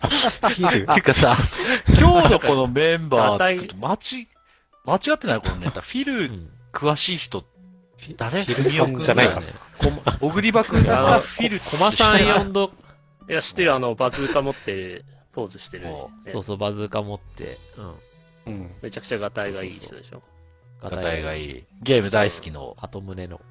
ていうかさ、今日のこのメンバー、間違ってないこのネタ。フィル詳しい人、誰？ フィル君じゃないかな。 小栗場君がフィルコマさん呼んど、 いや、知ってる、バズーカ持ってポーズしてる。 そうそう、バズーカ持って、 めちゃくちゃガタイがいい人でしょ。 ガタイがいい。ゲーム大好きの。 鳩胸の。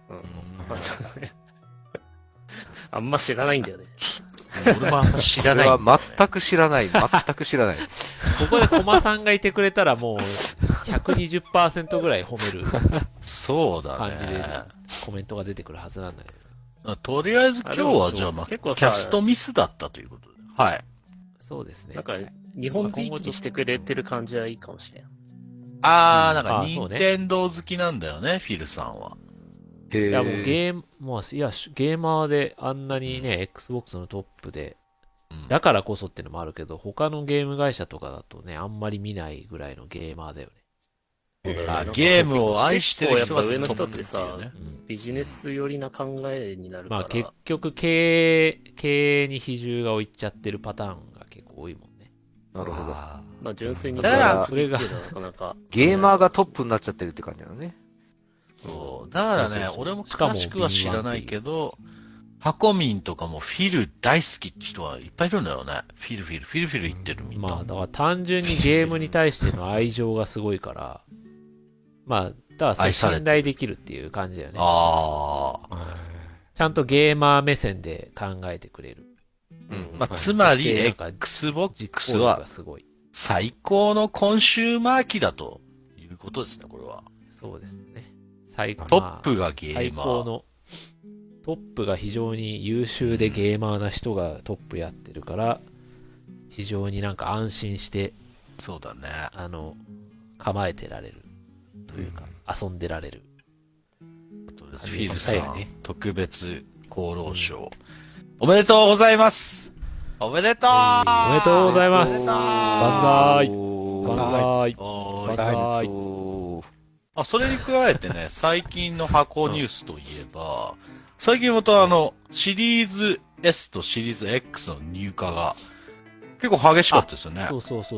あんま知らないんだよね。 俺もあんま知らない。 俺は全く知らない。全く知らない。 ここでコマさんがいてくれたらもう、120% ぐらい褒めるそうだ感じでね。 コメントが出てくるはずなんだけど。 とりあえず今日はじゃあまあ、キャストミスだったということで。はい。 そうですね。 なんか、日本でにしてくれてる感じはいいかもしれん。 なんか、任天堂好きなんだよね、フィルさんは。 いやもうゲーマーであんなにね、Xbox のトップで、だからこそってのもあるけど、他のゲーム会社とかだとね、あんまり見ないぐらいのゲーマーだよね。 ゲームを愛してる人は上の人ってさ、ビジネス寄りな考えになるから。 まあ結局経営に比重が置いちゃってるパターンが結構多いもんね。 なるほど。 まあ純粋に。 だからそれが、 ゲーマーがトップになっちゃってるって感じだよね。 そう。だからね、俺も詳しくは知らないけど、ハコミンとかもフィル大好きって人はいっぱいいるんだよね。フィル言ってるみんな。 まあだから単純にゲームに対しての愛情がすごいから、まあ、だから信頼できるっていう感じだよね。ちゃんとゲーマー目線で考えてくれる。 まあ、つまり、Xbox は最高のコンシューマー機だということですね、これは。 そうですね。 トップがゲーマー。 最高の、トップが非常に優秀でゲーマーな人がトップやってるから、非常になんか安心して、 そうだね。 構えてられる。というか、遊んでられる。 フィルさん、特別功労賞。おめでとうございますおめでとうおめでとうございます万歳万歳それに加えてね、最近の箱ニュースといえば、最近またシリーズ S とシリーズ X の入荷が結構激しかったですよね。 そうそう。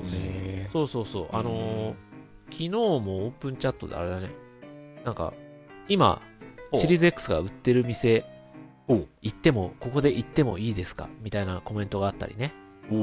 昨日もオープンチャットであれだね。なんか、今、シリーズ X が売ってる店、ここで行ってもいいですかみたいなコメントがあったりね。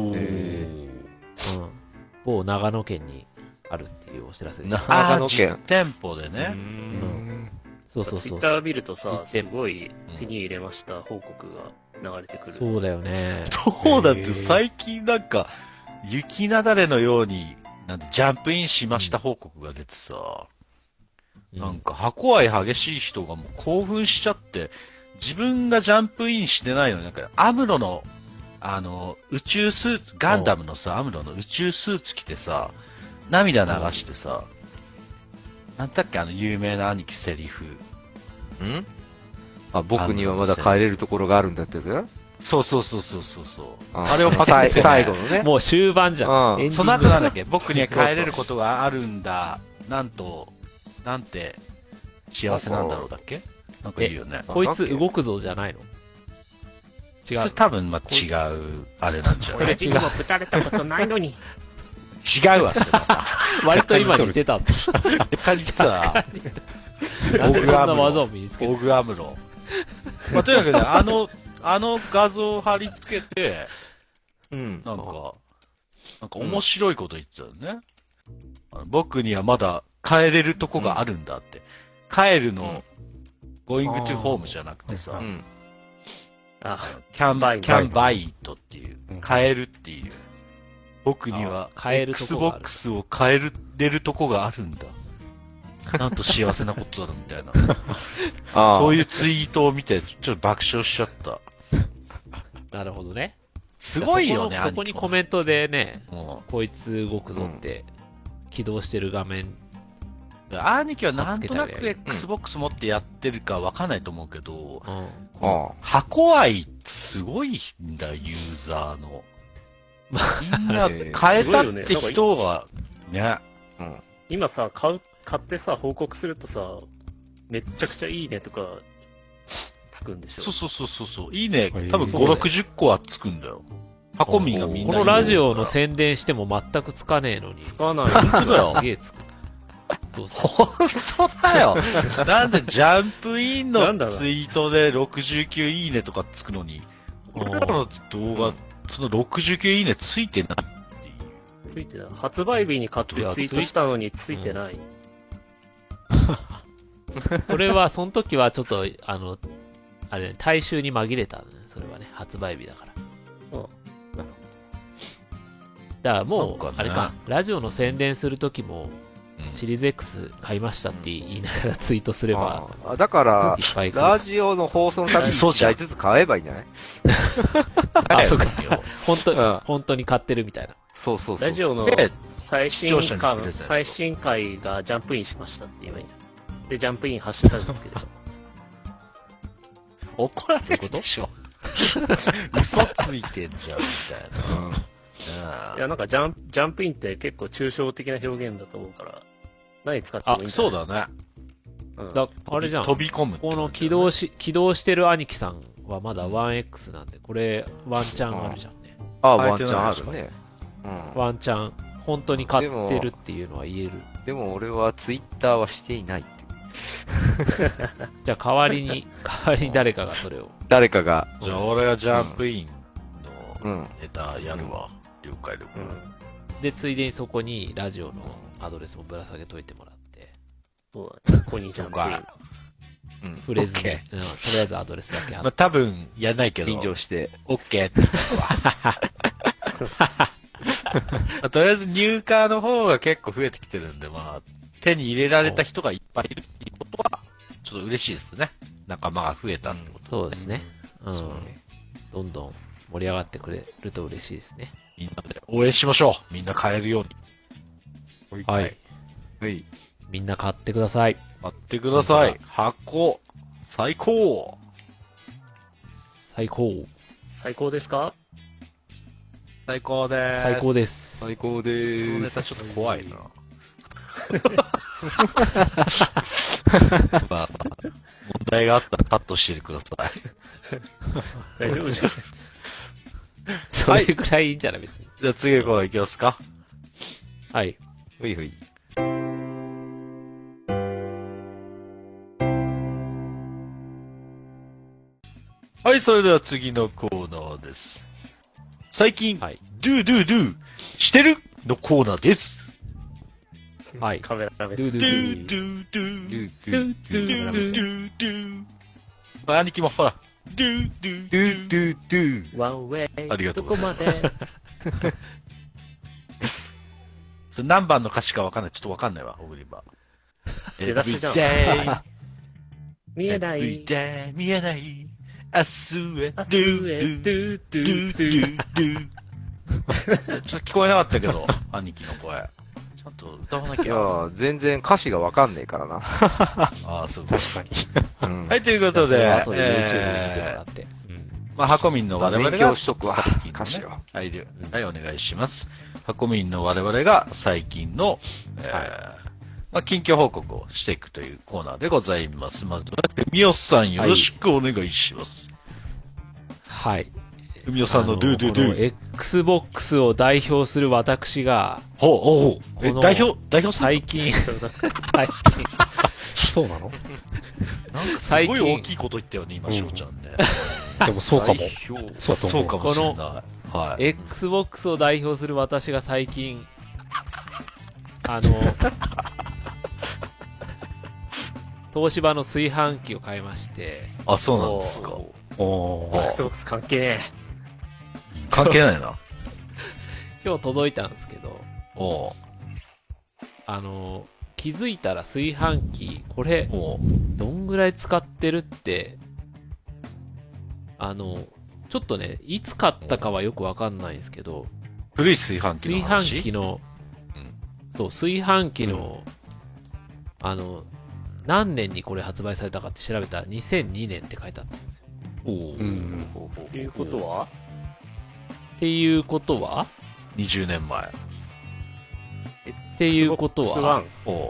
某長野県にあるっていうお知らせです。 長野県。店舗でね。 そう。 ツイッター見るとさ、すごい手に入れました報告が流れてくる。 そうだよね。 そうだって最近なんか、雪なだれのように、ジャンプインしました報告が出てさ、なんか箱愛激しい人がもう興奮しちゃって、自分がジャンプインしてないのになんか、アムロの、宇宙スーツ、ガンダムのさ、アムロの宇宙スーツ着てさ、涙流してさ、なんだっけ有名な兄貴セリフ。 僕にはまだ帰れるところがあるんだってやつそう。あれをパクって、 最後のね。 もう終盤じゃん。 その後なんだっけ僕には帰れることがあるんだ。なんて幸せなんだろうだっけなんかいいよね。 こいつ動くぞじゃないの違う。 それ多分違う、あれなんじゃない俺今ぶたれたことないのに。 違うわ、それまた。 割と今似てたぞ。 感じた。 なんでそんな技を身につけオグアムロ。まあ、とにかくね、あの画像を貼り付けて、なんか面白いこと言ってたよね。僕にはまだ帰れるとこがあるんだって。帰るの、going to home じゃなくてさ、can buy it っていう、買えるっていう。僕には Xbox を買えるとこがあるんだ。なんと幸せなことだろみたいな。そういうツイートを見て、ちょっと爆笑しちゃった。 なるほどね。 すごいよね、 そこにコメントでね、こいつ動くぞって起動してる画面。 兄貴はなんとなく Xbox 持ってやってるかわかんないと思うけど、箱愛すごいんだよ、ユーザーの。みんな変えたって人がね。 今さ、買ってさ、報告するとさ、めっちゃくちゃいいねとか、つくんでしょ。 そう。いいね、多分5、60個はつくんだよ。 箱民がみんなこのラジオの宣伝しても全くつかねえのに。 つかない。 本当だよすげえつく。そうそう。 本当だよ。なんでジャンプインのなんだろうツイートで69いいねとかつくのに、俺らの動画、その69いいねついてないっていう。 ついてない。発売日に買ってツイートしたのについてない。 これは、その時はちょっと、あれ、大衆に紛れたのね。それはね、発売日だから。だからもう、 なんかねあれか、ラジオの宣伝する時も、 うんシリーズ X 買いましたって言いながらツイートすれば、 あだからいっぱい来る。 ラジオの放送のために1台ずつ買えばいいんじゃない？ あ、そうか。本当に、 うん本当に買ってるみたいな。 そうそうそう。 ラジオので最新視聴者にプレゼント最新回がジャンプインしましたって言えばいいんじゃん。で、ジャンプインハッシュタグつけて。 怒られるでしょ。嘘ついてんじゃん、みたいな。 うんいや、なんかジャンプインって結構抽象的な表現だと思うから、何使ってもいいんじゃない？ そうだね。 うん。 あれじゃん。 飛び込むってこの感じ起動してる兄貴さんはまだ 1X なんで、これワンチャンあるじゃんね。 あ変えてないワンチャンあるね。うん。 ワンチャン、本当に買ってるっていうのは言える。 でも俺はツイッターはしていないって。 じゃあ代わりに誰かがそれを。 誰かが。 じゃあ俺がジャンプインのうん。 ネタやるわ。了解了解。 で、ついでにそこにラジオのアドレスもぶら下げといてもらって、 そうだね。ここにジャンプイン。 うん。 触れずに、 オッケとりあえずアドレスだけ貼まあって。 多分やんないけど。 臨場して。 オッケーって言ったわ。まあとりあえず入荷の方が結構増えてきてるんで、まあ、手に入れられた人がいっぱいいるっていうことは、ちょっと嬉しいですね。仲間が増えたってこと。 そうですね。うん。 そうね。 どんどん盛り上がってくれると嬉しいですね。 みんなで応援しましょう。みんな買えるように。 はい。 はい。 みんな買ってください。 買ってください。箱、最高。 最高。 最高ですか？ 最高でーす。 最高です。 最高でそのネーす。 タちょっと怖いな。まあ、問題があったらカットしてください。 大丈夫じゃん。 それぐらいいいんじゃない別に。 じゃあ次のコーナーいきますか。 はい。 ほいほい。 はい、それでは次のコーナーです。最近、 はい。 ドゥドゥドゥしてるのコーナーです。 はい。 カメラ目線。 ドゥドドゥドゥ。 ゥドゥドゥドゥドゥドゥドゥドゥまあ兄貴もほら、ドゥドゥドゥドゥドゥ。 ワンウェイ。 ありがとうどこまで？ それ何番の歌詞かわかんない。ちょっとわかんないわ、オグリバー。 出だしじゃん Everyday 見えない。 Everyday 見えない。明日へ、 明日へ、 ドゥドゥドドゥドゥドゥ。ちょっと聞こえなかったけど、兄貴の声。ちゃんと歌わなきゃ。 いやー、全然歌詞がわかんねえからな。 ああ、そう確かに。 うんはい、ということで、 後で YouTube で見てもらって。 まあ、箱民の我々が勉強しとくわ最近のね歌詞をはい、はい、お願いします。箱民の我々が最近の、まあ、近況報告をしていくというコーナーでございます。まずは、みおさんよろしくお願いします。 はい。 みおさんのドゥドゥドこのゥ。 Xbox を代表する私が、 ほう、おう、 この代表する最近、最近、 そうなの？ なんかす最近ごい大きいこと言ったよね、今、しょうちゃんね。 でもそうかも。 代表そうだと思う。 そうかもしれない。はい。 Xbox を代表する私が最近、東芝の炊飯器を買いまして、 あ、そうなんですか。 おー。 Xbox 関係ね関係ないな。 今日届いたんですけど、 おう気づいたら炊飯器、これ、 おうどんぐらい使ってるって、ちょっとね、いつ買ったかはよくわかんないんですけど、 古い炊飯器の炊話。 飯器の、 うんそう、炊飯器の、何年にこれ発売されたかって調べたら2002年って書いてあったんですよ。 おううん。 っていうことはっていうことは 20年前。 っていうことは、 Xbox おう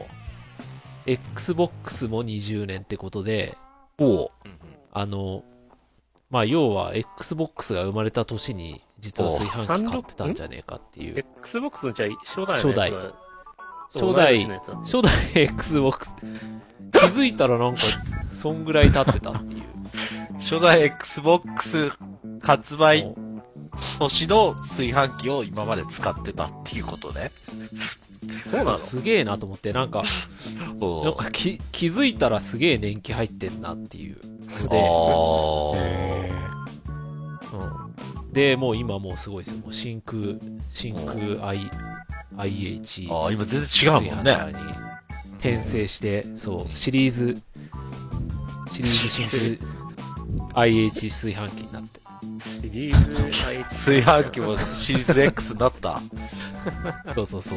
Xbox も20年ってことで、 おうまあ、要は Xbox が生まれた年に実は炊飯器買ってたんじゃねえかっていう。 Xbox のじゃあ初代のやつは初代同い年のやつだ初代 Xbox。気づいたらなんか、そんぐらい経ってたっていう。 初代 Xbox 発売年の炊飯器を今まで使ってたっていうことね。 そうなの？ すげえなと思って、なんか気づいたらすげえ年季入ってんなっていうので、で、もう今もうすごいですよ。もう真空 IH。 今全然違うもんね。 に転生して、そう、シリーズ真空 IH 炊飯器になって。 シリーズ IH。 炊飯器もシリーズ X になった。 そうそう。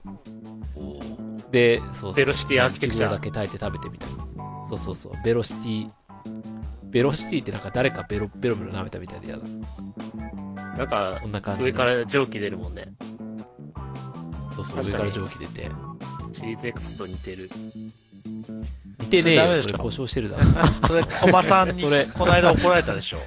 で、そうベロシティアーキテクチャだけ炊いて食べてみたいな。そう。ベロシティってなんか誰かベロ舐めたみたいでやだ。 なんか、 こんな感じ。 上から蒸気出るもんね。 そう、上から蒸気出て。 シリーズ X と似てる。 似てねえよ、 それダメでしょそれ故障してるだろ。 それ、コマさんに、この間怒られたでしょ。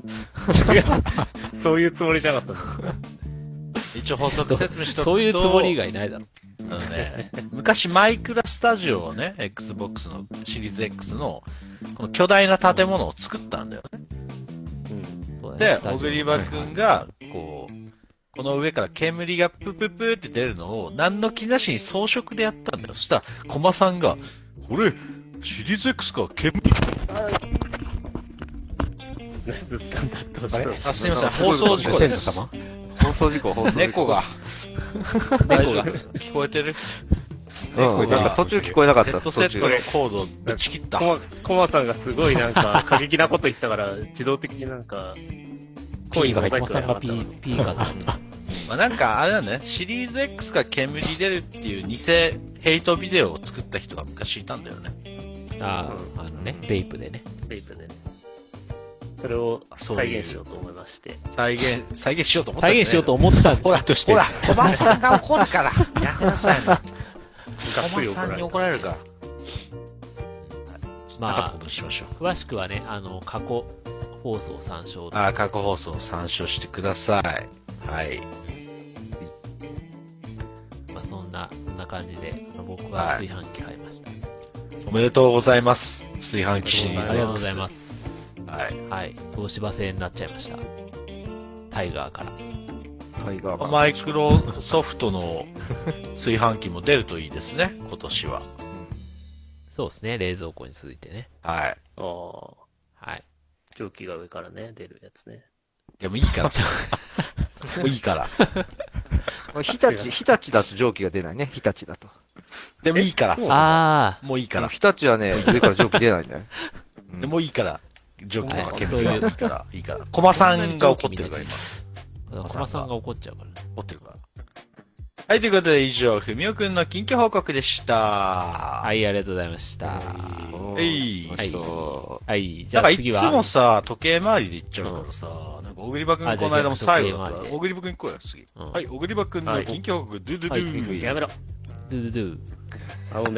そういうつもりじゃなかったの。 一応補足説明しとくと。 そういうつもり以外ないだろ。 昔マイクラスタジオをね、Xbox のシリーズ X の、この巨大な建物を作ったんだよね。で、小栗場くんが、この上から煙がプププって出るのを何の気なしに装飾でやったんだよ。そしたら、コマさんが、これ、シリーズ X か、煙。すいません、放送事故です。 放送事故。 猫が。大丈夫聞こえてる？ なんか途中聞こえなかった。 ヘッドセットのコードをぶち切った。 コマさんがすごいなんか過激なこと言ったから、自動的になんか、 P が入ってコマさんが P が。 まあなんかあれだね、シリーズ X が煙出るっていう偽ヘイトビデオを作った人が昔いたんだよね。 ベイプでね。 ベイプでね。それを再現しようと思いまして。 再現しようと思った、 再現しようと思ったほら、コマさんが怒るから。やめなさい。コマさんに怒られるから。 まあ、詳しくはね、過去放送参照。 過去放送を参照してください。はい。 まあ、そんな感じで、僕は炊飯器買いました。 おめでとうございます。炊飯器シリーズ X。 ありがとうございます。 はい。 東芝製になっちゃいました。タイガーから。 マイクロソフトの炊飯器も出るといいですね、今年は。 そうですね、冷蔵庫に続いてね。 はい。 はい。 蒸気が上からね、出るやつね。 でもいいから。もういいから。 日立だと蒸気が出ないね、日立だと。 でもいいから。もういいから。 日立はね、上から蒸気出ないんだよ。 でもいいから。蒸気とか煙がいいから。いいから。コマさんが怒ってるから今。 コマさんが怒っちゃうから。 怒ってるから。はい、ということで以上、ふみおくんの近況報告でした。 はい、ありがとうございました。 はい。 じゃあ次は。 いつもさ、時計回りで行っちゃうからさ、なんか、小栗場くんこの間も最後だった。小栗場くん行こうよ、次。はい、小栗場くんの近況報告、ドゥドゥドゥ。 やめろ。 ドゥドゥドゥ。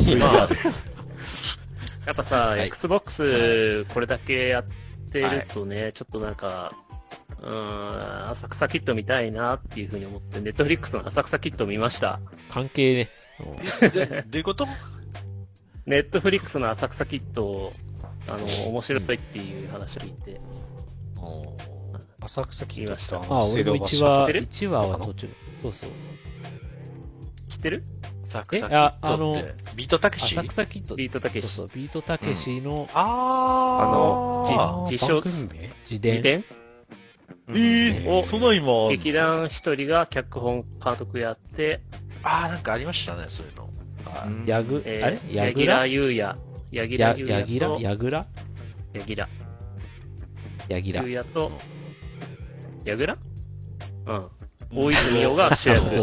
やっぱさ、Xbox これだけやってるとね、ちょっとなんか、浅草キッド見たいなっていうふうに思って、Netflix の浅草キッド見ました。 関係ね。 どういうこと？ Netflix の浅草キッド、面白いっていう話を聞いて。 浅草キッドって俺も1話は途中。そう。 知ってる？ 浅草キッドってビートたけし？ 浅草キッド。 ビートたけし。 そう、ビートたけしの、 自伝その今、 劇団一人が脚本監督やって、 なんかありましたね、そういうの。 柳楽優也。 柳楽優也と、柳楽大泉洋が主役。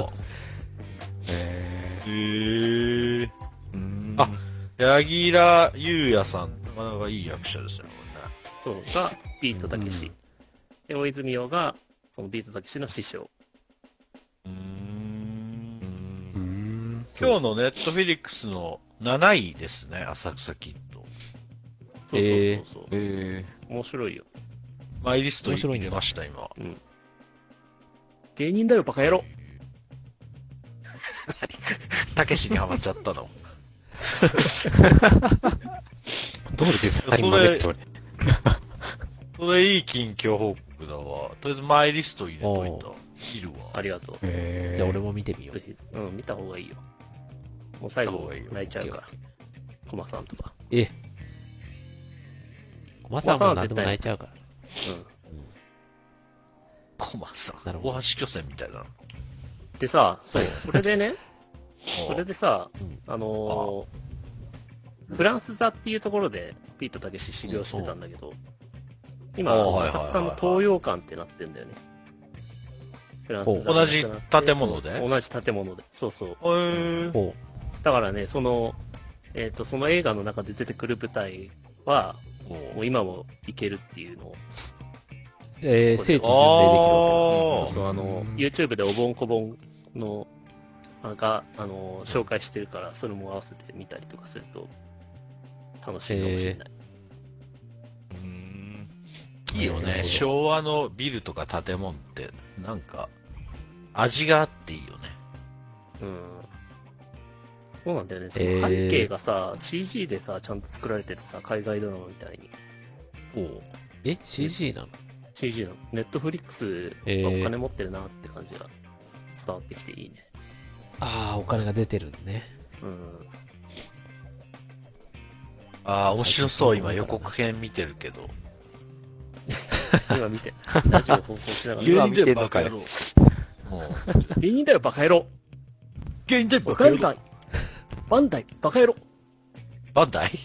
柳楽優也さん、なかなかいい役者ですよね。 そう、が、ビートたけし。で、大泉洋が、そのビートたけしの師匠。 今日のネットフィリックスの7位ですね、浅草キッド。 そう。面白いよ。 マイリストに入れました、今。 芸人だよ、バカ野郎。 たけしにハマっちゃったの。 どうですか今でそれ。 それいい近況報告だわ。とりあえずマイリスト入れといた。いるわ。 ありがとう。 じゃあ俺も見てみよう。 ぜひ、見た方がいいよ。もう最後、泣いちゃうから。コマさんとか。 コマさんも何でも泣いちゃうから。 コマさん。 なるほど。 大橋巨船みたいな。 でさ、それでね、それでさ、フランス座っていうところで、ピートたけし修行してたんだけど、今、浅草の東洋館ってなってんだよね。フランス座同じ建物で同じ建物で。そうそう。 ほだからね、その映画の中で出てくる舞台は、もう今も行けるっていうのを。 聖地巡礼できるわけ。そう、YouTube でおぼんこぼんの、紹介してるから、それも合わせて見たりとかすると、楽しいかもしれない。 いいよね。昭和のビルとか建物って、なんか、味があっていいよね。 そうなんだよね。その背景がさ、CG でさ、ちゃんと作られててさ、海外ドラマみたいに。 CG なの？ CG なの。ネットフリックスがお金持ってるなって感じが伝わってきていいね。 お金が出てるね。 面白そう。今予告編見てるけど。 今見て。ラジオ放送しながら。 今見てんのかよ。 芸人だよ、バカ野郎。 芸人だよ、バカ野郎。 バンダイ、バカ野郎。 バンダイ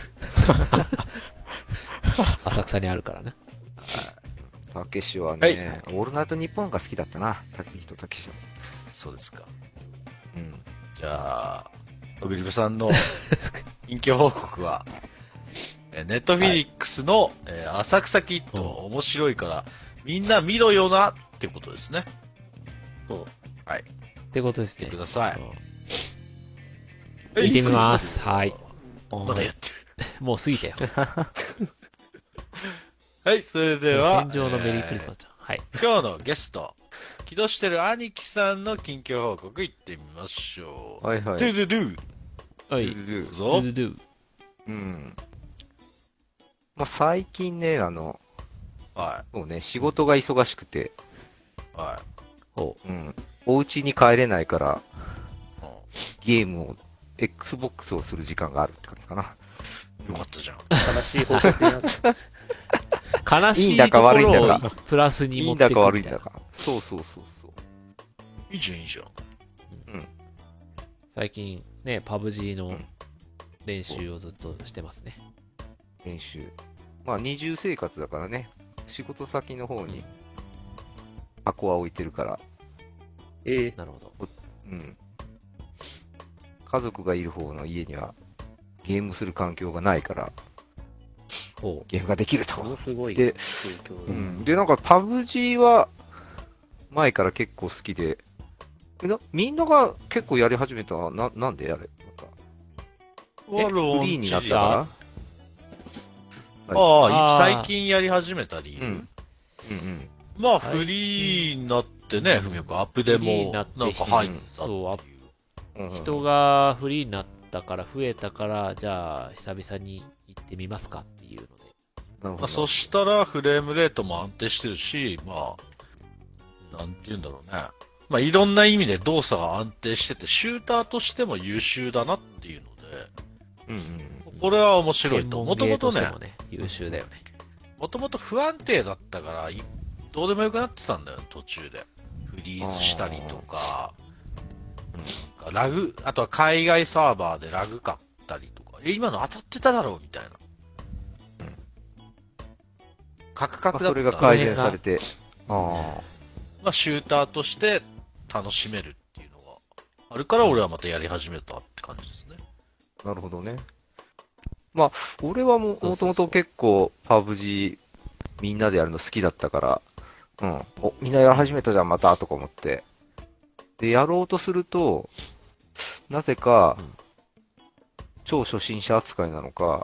浅草にあるからね。 たけしはね、オールナイトニッポンが好きだったな、たけしの。 そうですか。じゃあ、オビリブさんの近況報告は、ネットフィリックスの、浅草キッド、面白いから、みんな見ろよなってことですね。はい。 ってことですね。 見てください。 見てみます。はい。 まだやってる。 もう過ぎたよ。 はい、それでは、 戦場のメリークリスマス。はい。 今日のゲスト、木戸してる兄貴さんの近況報告いってみましょう。 はいはい。 ドゥドゥドゥ。 はい。 どうぞ。 ドゥドゥドゥ。まあ、最近ね、もうね、仕事が忙しくて、お家に帰れないから、ゲームを、Xbox をする時間があるって感じかな。 よかったじゃん。 悲しい報告になった。 悲しいところをプラスに持ってくる。いいんだか悪いんだか。 そう。 いいじゃん、いいじゃん。 最近ね、パブ G の練習をずっとしてますね。 練習。まあ、二重生活だからね、仕事先の方に箱は置いてるから。 なるほど。 家族がいる方の家にはゲームする環境がないから、ゲームができると。 すごい。 で、なんかパブ G は前から結構好きで、みんなが結構やり始めたなんでやれフリーになったから最近やり始めた理由。まあ、フリーになってね、ふみよくアップでも、なんか入った。 そう、人がフリーになったから増えたから、じゃあ久々に行ってみますかっていうので。 そしたらフレームレートも安定してるし、まあ、なんて言うんだろうね。まあ、いろんな意味で動作が安定してて、シューターとしても優秀だなっていうので、これは面白いと。もともとね、 優秀だよね。 もともと不安定だったから、どうでもよくなってたんだよ、途中で。フリーズしたりとか、ラグ、あとは海外サーバーでラグかったりとか、今の当たってただろうみたいな。カクカクだった。 それが改善されて、 まあ、シューターとして楽しめるっていうのがあるから、俺はまたやり始めたって感じですね。 なるほどね。まあ、俺はもともと結構、パブ G みんなでやるの好きだったから、みんなやり始めたじゃん、また、とか思って。で、やろうとすると、なぜか、超初心者扱いなのか、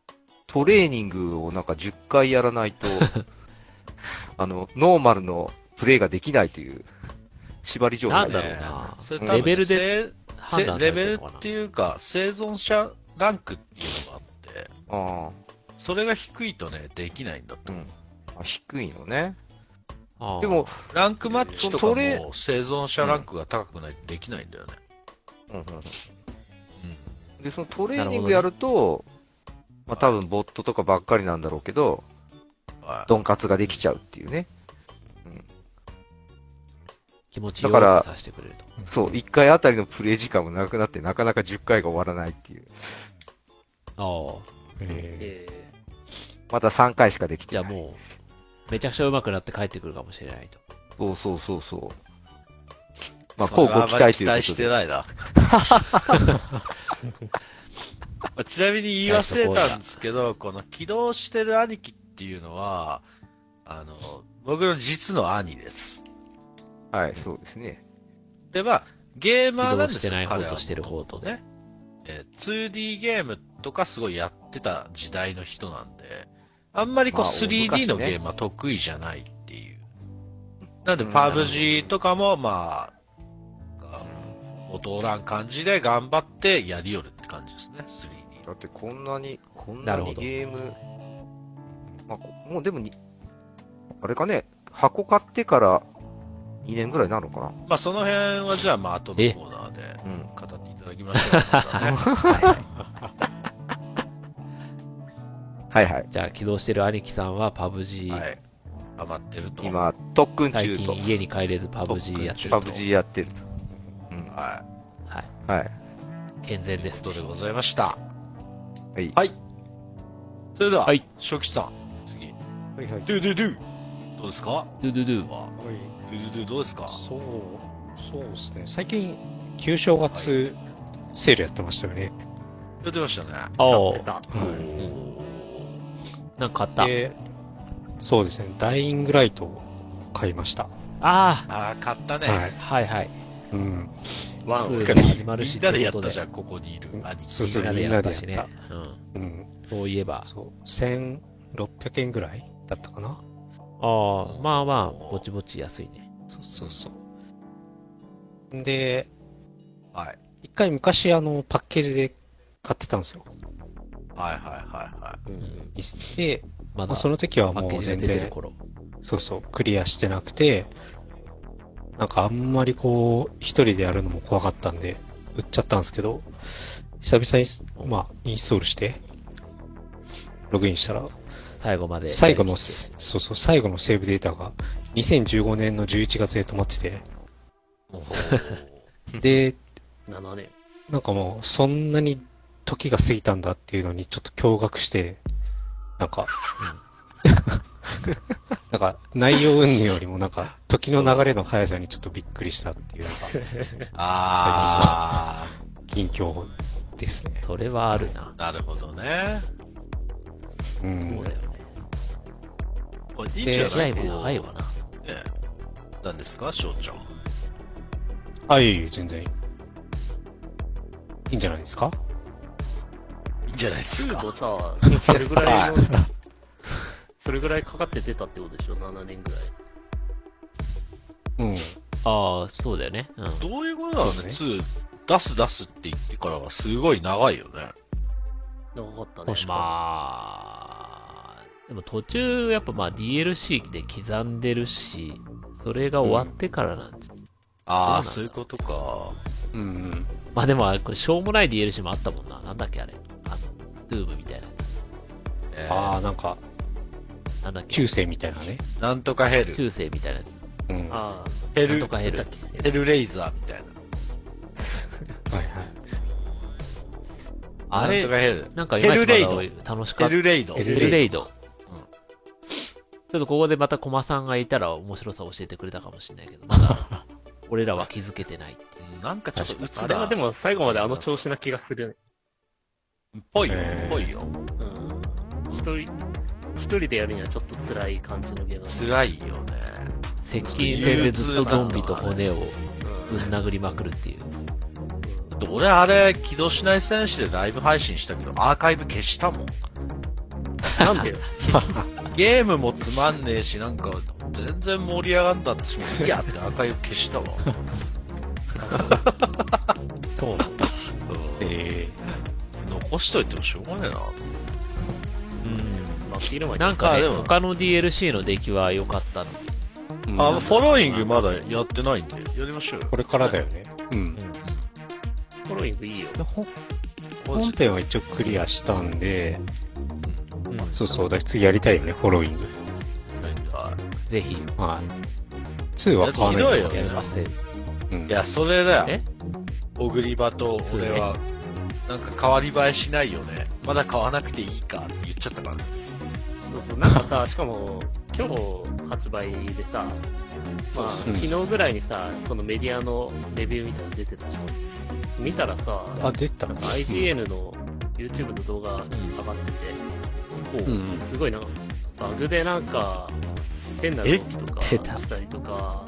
トレーニングをなんか10回やらないと、ノーマルのプレイができないという縛り状態なんだろうな。 それ多分レベルで判断さレベルれてるのかな。 っていうか、生存者ランクっていうのがあって、 あそれが低いとね、できないんだあ、 と。 低いのね。 あーでも、 ランクマッチとかもトレ生存者ランクが高くないとできないんだよね。 で、そのトレーニングやると、まあ多分ボットとかばっかりなんだろうけど、 はい。 ドンカツができちゃうっていうね。 気持ちよくだからさせてくれると。 そう、1回あたりのプレイ時間も長くなって、なかなか10回が終わらないっていう。 ああ。 えまだ3回しかできてない。 じゃあもう、めちゃくちゃ上手くなって帰ってくるかもしれないと。 そう。まあ、こうご期待ということで。 期待してないな。まあちなみに言い忘れたんですけど、この起動してる兄貴っていうのは、僕の実の兄です。 はい、そうですね。 で、まあ、ゲーマーなんですよ。 起動してない方彼はとしてる方とね。 2D ゲームとかすごいやってた時代の人なんで、あんまりこうまあ 3D の昔ねゲームは得意じゃないっていう。なんで、 うんパブ G とかも、まあ、劣らん感じで頑張ってやりよるって感じですね、3D。 だってこんなになるほどゲーム、まあ、もうでもあれかね、箱買ってから2年ぐらいになるのかな。 まあ、その辺はじゃあ、まあ、後のコーナーでうん。 語っていただきましょうかね。 はいはい。 じゃあ起動してる兄貴さんはパブ G、 はい。ハマってると。 今、特訓最中と。 近家に帰れずパブ G やってると。 パブ G やってると。うん。 ははい。 はい。 健全ですい。ということでございました。 はい。 はい。それでは、 はい初期さん、次。 ーはいはい。 ドゥドゥドゥどうですかドゥドゥドゥ。 ははいドゥドゥドゥどうですかそうですね。最近、旧正月セールやってましたよね。 やってましたね。 ああ。 出た。 なんか買った。 で、そうですね。ダイイングライトを買いました。 あああ、買ったね。 はい。 あ。はいはい。 うん。 ワンツーかが始まるしみんなでやっということでたじゃん、ここにいる兄貴。 そうそうみんなでやったしねみんなで。 うん。 うん。 そういえば。 そう。1600円ぐらいだったかな。 ああ、まあまあ、ぼちぼち安いね。 そうそう。で、 はい。 一回昔パッケージで買ってたんですよ。 はいはいはいはい。 で、 まだ、 まあ、その時はパッケーもう全ジが出てる然、 頃。 そうそう、クリアしてなくて、なんかあんまりこう、一人でやるのも怖かったんで、売っちゃったんですけど、久々に、まあ、インストールして、ログインしたら、 最後まで。 最後の、そうそう、最後のセーブデータが、2015年の11月で止まってて、 もで、 7年。 なんかもう、そんなに時が過ぎたんだっていうのにちょっと驚愕して、なんか、なんか内容云々よりもなんか時の流れの速さにちょっとびっくりしたっていうのあが近況ですね。 それはあるな。 あ、なるほどね。 うんそう。だよね。 これいいんじゃ試合ないも長いわな。 ね。何ですか、翔ちゃん。 あ、いい全然いいんじゃないですか。 いいんじゃないですか。 2もさ、それぐらいの、それぐらいかかって出たってことでしょ、7年ぐらい。 うん。 ああ、そうだよね。うん。 どういうことなのね、 そう 2、出すって言ってからはすごい長いよね。 長かったね。 確かまあ、でも途中、やっぱまあ DLC で刻んでるし、それが終わってからなんで、 ああ、 そなんだそうういうことか。 うんうん。 まあでも、これしょうもない DLC もあったもんな。なんだっけあれ。ドゥームみたいなやああ、なんか、 つ。なんだっけ中世みたいなね。 なんとかヘル。 中世みたいなやつ。 うん。はあヘルなんと、かヘル。 ヘルレイザーみたいな。 いはい。 あれなんと、かヘル。 なんか今まだヘル楽しかった。 ヘルレイド。 ヘヘルレイド。ちょっとここでまたコマさんがいたら面白さ教えてくれたかもしれないけど、まだ、俺らは気づけてないっていう。 うんなんかちょっと鬱だ。 あれはでも最後まであの調子な気がするね。 ぽいよ、 へーぽいよ。 うん。一人でやるにはちょっと辛い感じのゲームだね。 辛いよね。 接近戦でずっとゾンビと骨をぶん殴りまくるっていう。 俺あれ、起動しない戦士でライブ配信したけど、アーカイブ消したもん。 なんでよ。 ゲームもつまんねえし、なんか、本当全然盛り上がんだってしもいいやってアーカイブ消したわ。 そうなんだ。 残しといてもしょうがねえな。 まあ、昼間になんかね、 でも他の DLC の出来は良かったのに。 フォローイングまだやってないんで、やりましょうよ。 これからだよね。 フォローイングいいよ。 本編は一応クリアしたんで、 うんそうそう、だ次やりたいよね、フォローイング。 ぜひ、 はい。2は買わないですよねやり。ません。 いや、それだよ。 えオグリバと俺は、なんか変わり映えしないよね。まだ買わなくていいかって言っちゃったからね。 そうそう、なんかさ、しかも、今日発売でさ、まあ、 そう昨日ぐらいにさ、そのメディアのレビューみたいなの出てたじゃん。見たらさ、 あ、出た。 なんか IGN の YouTube の動画上がってて、すごいなんか、バグでなんか、変な動きとか出たしたりとか、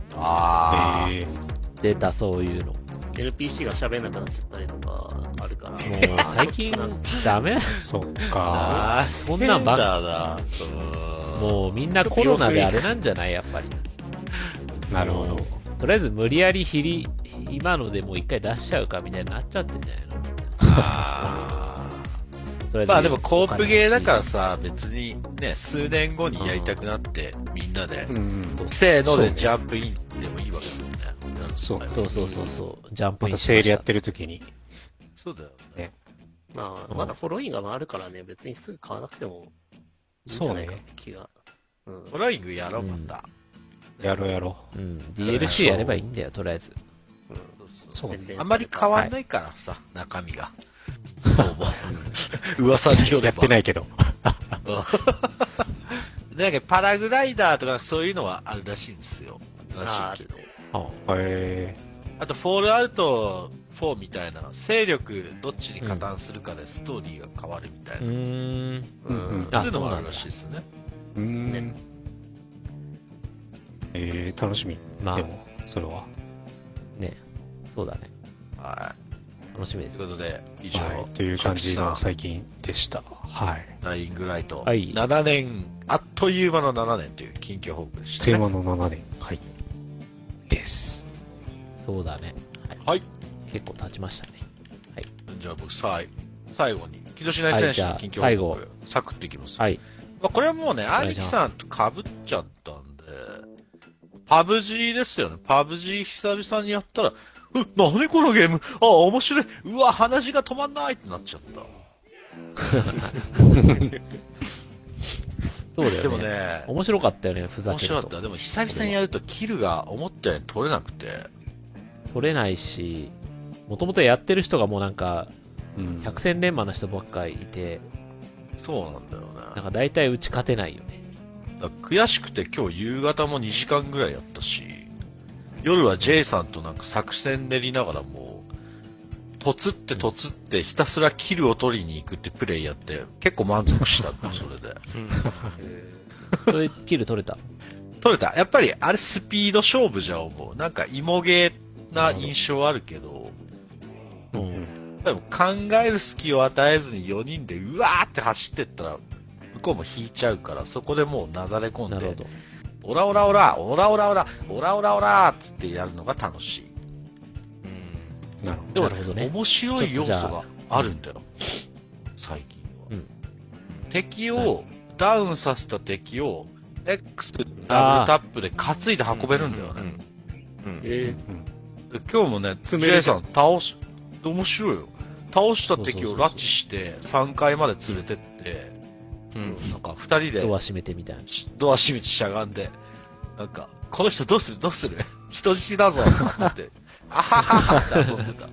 出た、そういうの。も NPC が喋んなくなっちゃったりとかあるから。 う、最近、ダメそっか。 そんなんばっだ。 もうみんなコロナであれなんじゃないやっぱり。 なるほど。 とりあえず無理やり今のでもう一回出しちゃうかみたいになっちゃってんじゃないのとりあえずまあでもコープゲーだからさ、別にね、数年後にやりたくなって、みんなで、せーのでジャンプインでもいいわけだもんね。 そう。 そう。ジャンプインまたセールやってる時に。 そうだよね。 まあ、まだフォローインが回るからね、別にすぐ買わなくてもいいんじゃないかって気が。 フォローイングやろうまた。 やろう。 DLC やればいいんだよ、とりあえず。 そうね。 あんまり変わんないからさ、中身が。噂によれば。 やってないけど。 なんかパラグライダーとかそういうのはあるらしいんですよ。 あらしいけど。 あと、フォールアウト4みたいな、勢力どっちに加担するかでストーリーが変わるみたいな。そういうのもあるらしいですね。 楽しみ。 まあでも、それは。 ね、そうだね。 は楽しみですという。ことで、以上、 という感じの最近でした。はい。 ダイイングライト、 はい 7年、あっという間の7年という近況報告でした、ね。 テーマの7年。はい。です。 そうだね。 はい。 結構経ちましたね。はい。 じゃあ僕、最後に、木戸内選手の近況報告、サクッといきます。 はい。 まあ、これはもうね、兄貴さんと被っちゃったんで、パブ G ですよね。パブ G 久々にやったら、何このゲーム面白い。うわ、鼻血が止まんないってなっちゃった。 そうだよね。 でもね、 面白かったよね、ふざけると。 面白かった。でも久々にやるとキルが思ったように取れなくて。 取れないし、もともとやってる人がもうなんか、百戦錬磨の人ばっかりいて、 そうなんだよね。 なんか大体打ち勝てないよね。 だから悔しくて今日夕方も2時間ぐらいやったし、夜は J さんとなんか作戦練りながらもう、とつってひたすらキルを取りに行くってプレイやって、結構満足したってそれで。 それキル取れた。 取れた。やっぱりあれスピード勝負じゃ思う。なんか芋ゲーな印象あるけど、でも考える隙を与えずに4人でうわーって走ってったら、向こうも引いちゃうから、そこでもうなだれ込んで、オラオラオラ、オラオラオラ、オラオラオラっつってやるのが楽しい。 なるほでもなるほどね面白い要素があるんだよ。最近は。敵を、ダウンさせた敵を、X ダブルタップで担いで運べるんだよね。で今日もね、J さん面白いよ。倒した敵を拉致して3階まで連れてって、なんか2人でドア閉めてみたいな。 ドア閉めてしゃがんで、なんか、この人どうする人質だぞつって、あはははって遊んでた。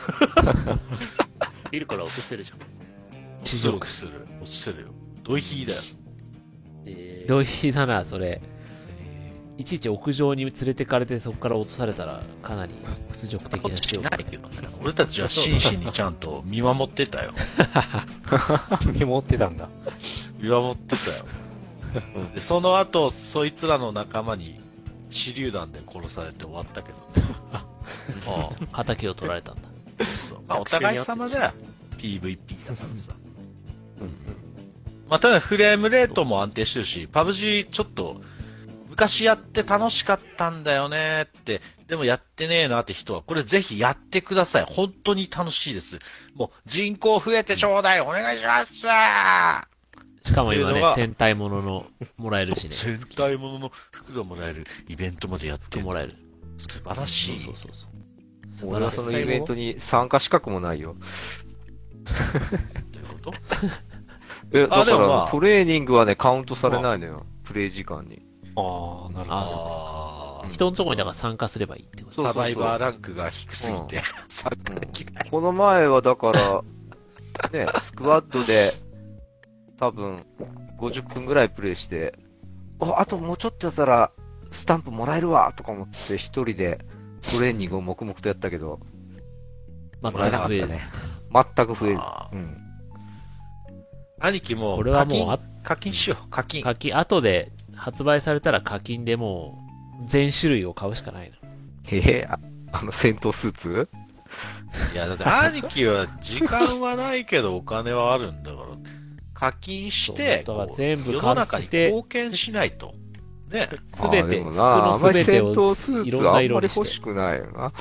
ビルから落とせるじゃん。 地上落ちてるよ。ドイヒーだよ。 ドイヒーだな、それ。いちいち屋上に連れてかれてそこから落とされたらかなり屈辱的なしないけどね。俺たちは真摯にちゃんと見守ってたよ。 見守ってたんだ。 見守ってたよ。でその後、そいつらの仲間に手榴弾で殺されて終わったけどね。 仇を取られたんだ。 そうまあ、お互い様だよ。PVP だからさ。まあ、ただフレームレートも安定してるし、PUBG ちょっと、 昔やって楽しかったんだよねって、でもやってねえなって人は、これぜひやってください。本当に楽しいです。もう人口増えてちょうだい、お願いします。 しかも今ねっていうのが、 戦隊もののもらえるしね。 戦隊ものの服がもらえるイベントまでやってる。 もらえる。 素晴らしい。 そうそうそうそう。 俺はそのイベントに参加資格もないよ。 どういうことだかでもまあら、トレーニングはね、カウントされないのよ。プレイ時間に。 ああ、なるほど。 ああー人のところにだから参加すればいいってこと。 そうそうそうサバイバーランクが低すぎて、参加できない。 この前はだから、ね、スクワットで、多分、50分ぐらいプレイして、あともうちょっとやったら、スタンプもらえるわとか思って一人でトレーニングを黙々とやったけど、 まもらえなか増える。 ったね。全く増える。 あーうん。 兄貴もこれはもう課金しよう、課金。 課金、後で発売されたら課金でもう全種類を買うしかないの。 戦闘スーツいや、だって兄貴は時間はないけどお金はあるんだから、課金して、 そうだからこう全部世の中に買って貢献しないと。ね。 すべて、 でもな、あんまり服戦闘のすべてをいろんなスーツあんま色にして。 り欲しくないよな。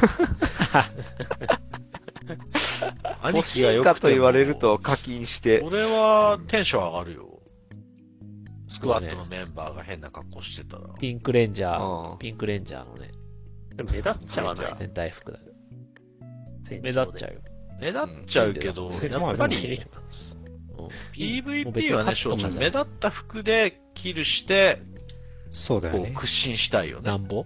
兄欲しい貴がよくてもかと言われると課金して、 俺はテンション上がるよ。スクワットのメンバーが変な格好してたら。 ピンクレンジャー、 うんピンクレンジャーのね、 でも目立っちゃわない。 戦隊服だよ。 戦目立っちゃうよ。 目立っちゃうけど、やっぱり、 うん PVP はね、 もう別にカットもじゃない目立った服でキルして、こう、 そうだよね。 屈伸したいよね。 なんぼ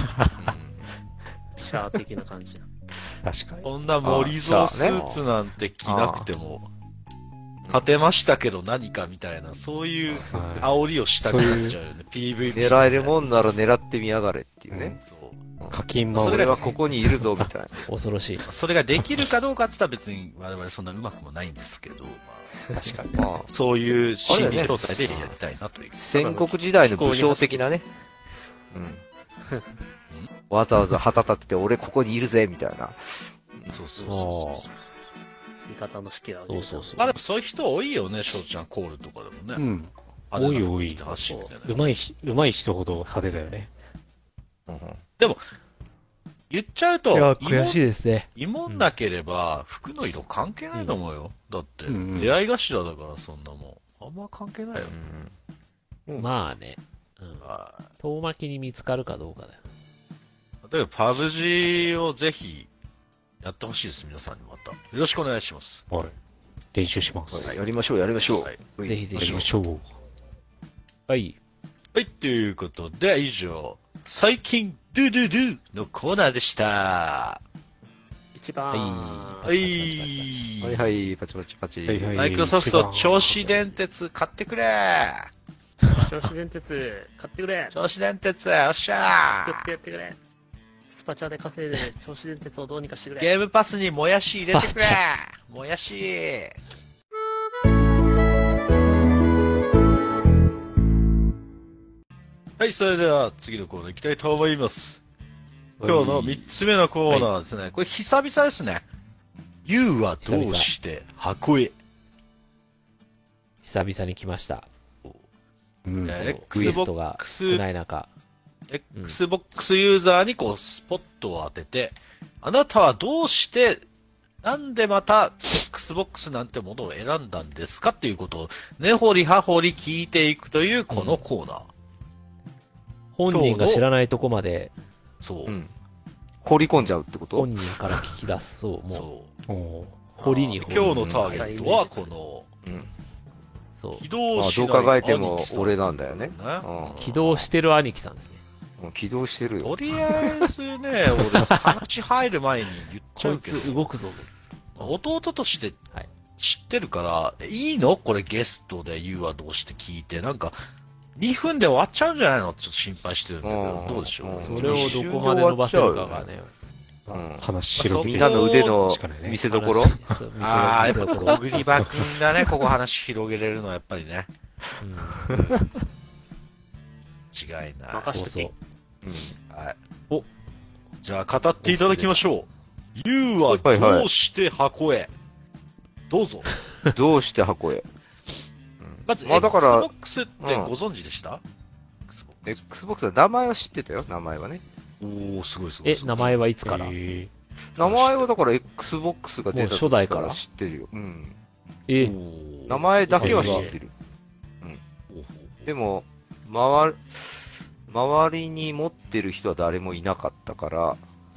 シャー的な感じな。 確かに。 こんな森蔵スーツなんて着なくても、勝てましたけど何かみたいな、そういうは煽りをしたくなっちゃうよね、PVP。 狙えるもんなら狙ってみやがれっていうね。 そう。 い。課金もそれ俺はここにいるぞ、みたいな。 恐ろしい。 それができるかどうかって言ったら別に我々そんな上手くもないんですけど、ま確かに。 まあ、 あ、そういう心理状態でやりたいなという。 戦国時代の武将的なね。うん。わざわざ旗立てて、俺ここにいるぜ、みたいな。 そうそうそ味方の士気を上げる。 そうそうそうう。まあでもそういう人多いよね、翔ちゃんコールとかでもね。 うん。 あれ多い多い走ってねうまい人ほど派手だよね。 言っちゃうと、 いですね。 慰問なければ服の色関係ないと思うよ。だって、 うんうん出会い頭だからそんなもん。あんま関係ないよ。 まあね、遠巻きに見つかるかどうかだよ。 例えば、パブ G をぜひ、やってほしいです、皆さんにまた。よろしくお願いします。 はい。練習します。 やりましょう、やりましょう。 はいぜひぜひやりま。しょう。 はい。 はい、ということで、以上、最近、ドゥドゥドゥのコーナーでした。 一番、 ははい。 はいはい、パチパチパチ。 はいはいマイクロソフト銚子電鉄買ってくれ。 銚子電鉄、買ってくれ。 銚子電鉄、よっしゃ作ってやってくれ。スパチャで稼いで、銚子電鉄をどうにかしてくれ。 ゲームパスにもやし入れてくれスパチ。 もやし。はい、それでは次のコーナー行きたいと思います。今日の3つ目のコーナーはですね、これ久々ですね。You はどうして箱へ。 久々に来ました。 うん。 クエストが Xbox 少ない中。 Xbox ユーザーにこうスポットを当てて、あなたはどうしてなんでまた Xbox なんてものを選んだんですかっていうことを根掘り葉掘り聞いていくというこのコーナー。 本人が知らないとこまでそう。 うん。放り込んじゃうってこと本人から聞き出す。そう、もそうおー掘りに掘り。 今日のターゲットはこのうん。 そう。 起動しないまあどう考えても兄貴さん俺なんだよねね起動してる兄貴さんですね。 起動してるよ。 とりあえずね、俺話入る前に言っちゃこいうけど、 つ動くぞ。 弟としてはい知ってるから、いいのこれゲストで You はどうして聞いて、なんか、2分で終わっちゃうんじゃないのってちょっと心配してるんだけど、どうでしょう、 それをどこまで伸ばせるかがね。 うん。 話広げてみんなの腕のしかないね見せどころそうああ、やっぱ見せどころ小栗場くんだね、ここ話広げれるのはやっぱりね。違いない。 そうそう任しとき。。 はい。 おじゃあ語っていただきましょう。You はどうして箱へ、どうぞ。 どうして箱へまず、 まあだから Xbox ってご存知でした、Xbox。 Xbox は名前は知ってたよ、名前はね。 おー、すごいすごい。 名前はいつから？ え名前はだから Xbox が出たもう初代から時知ってるよ。うん。 おー名前だけは知ってる。でも、周りに持ってる人は誰もいなかったから、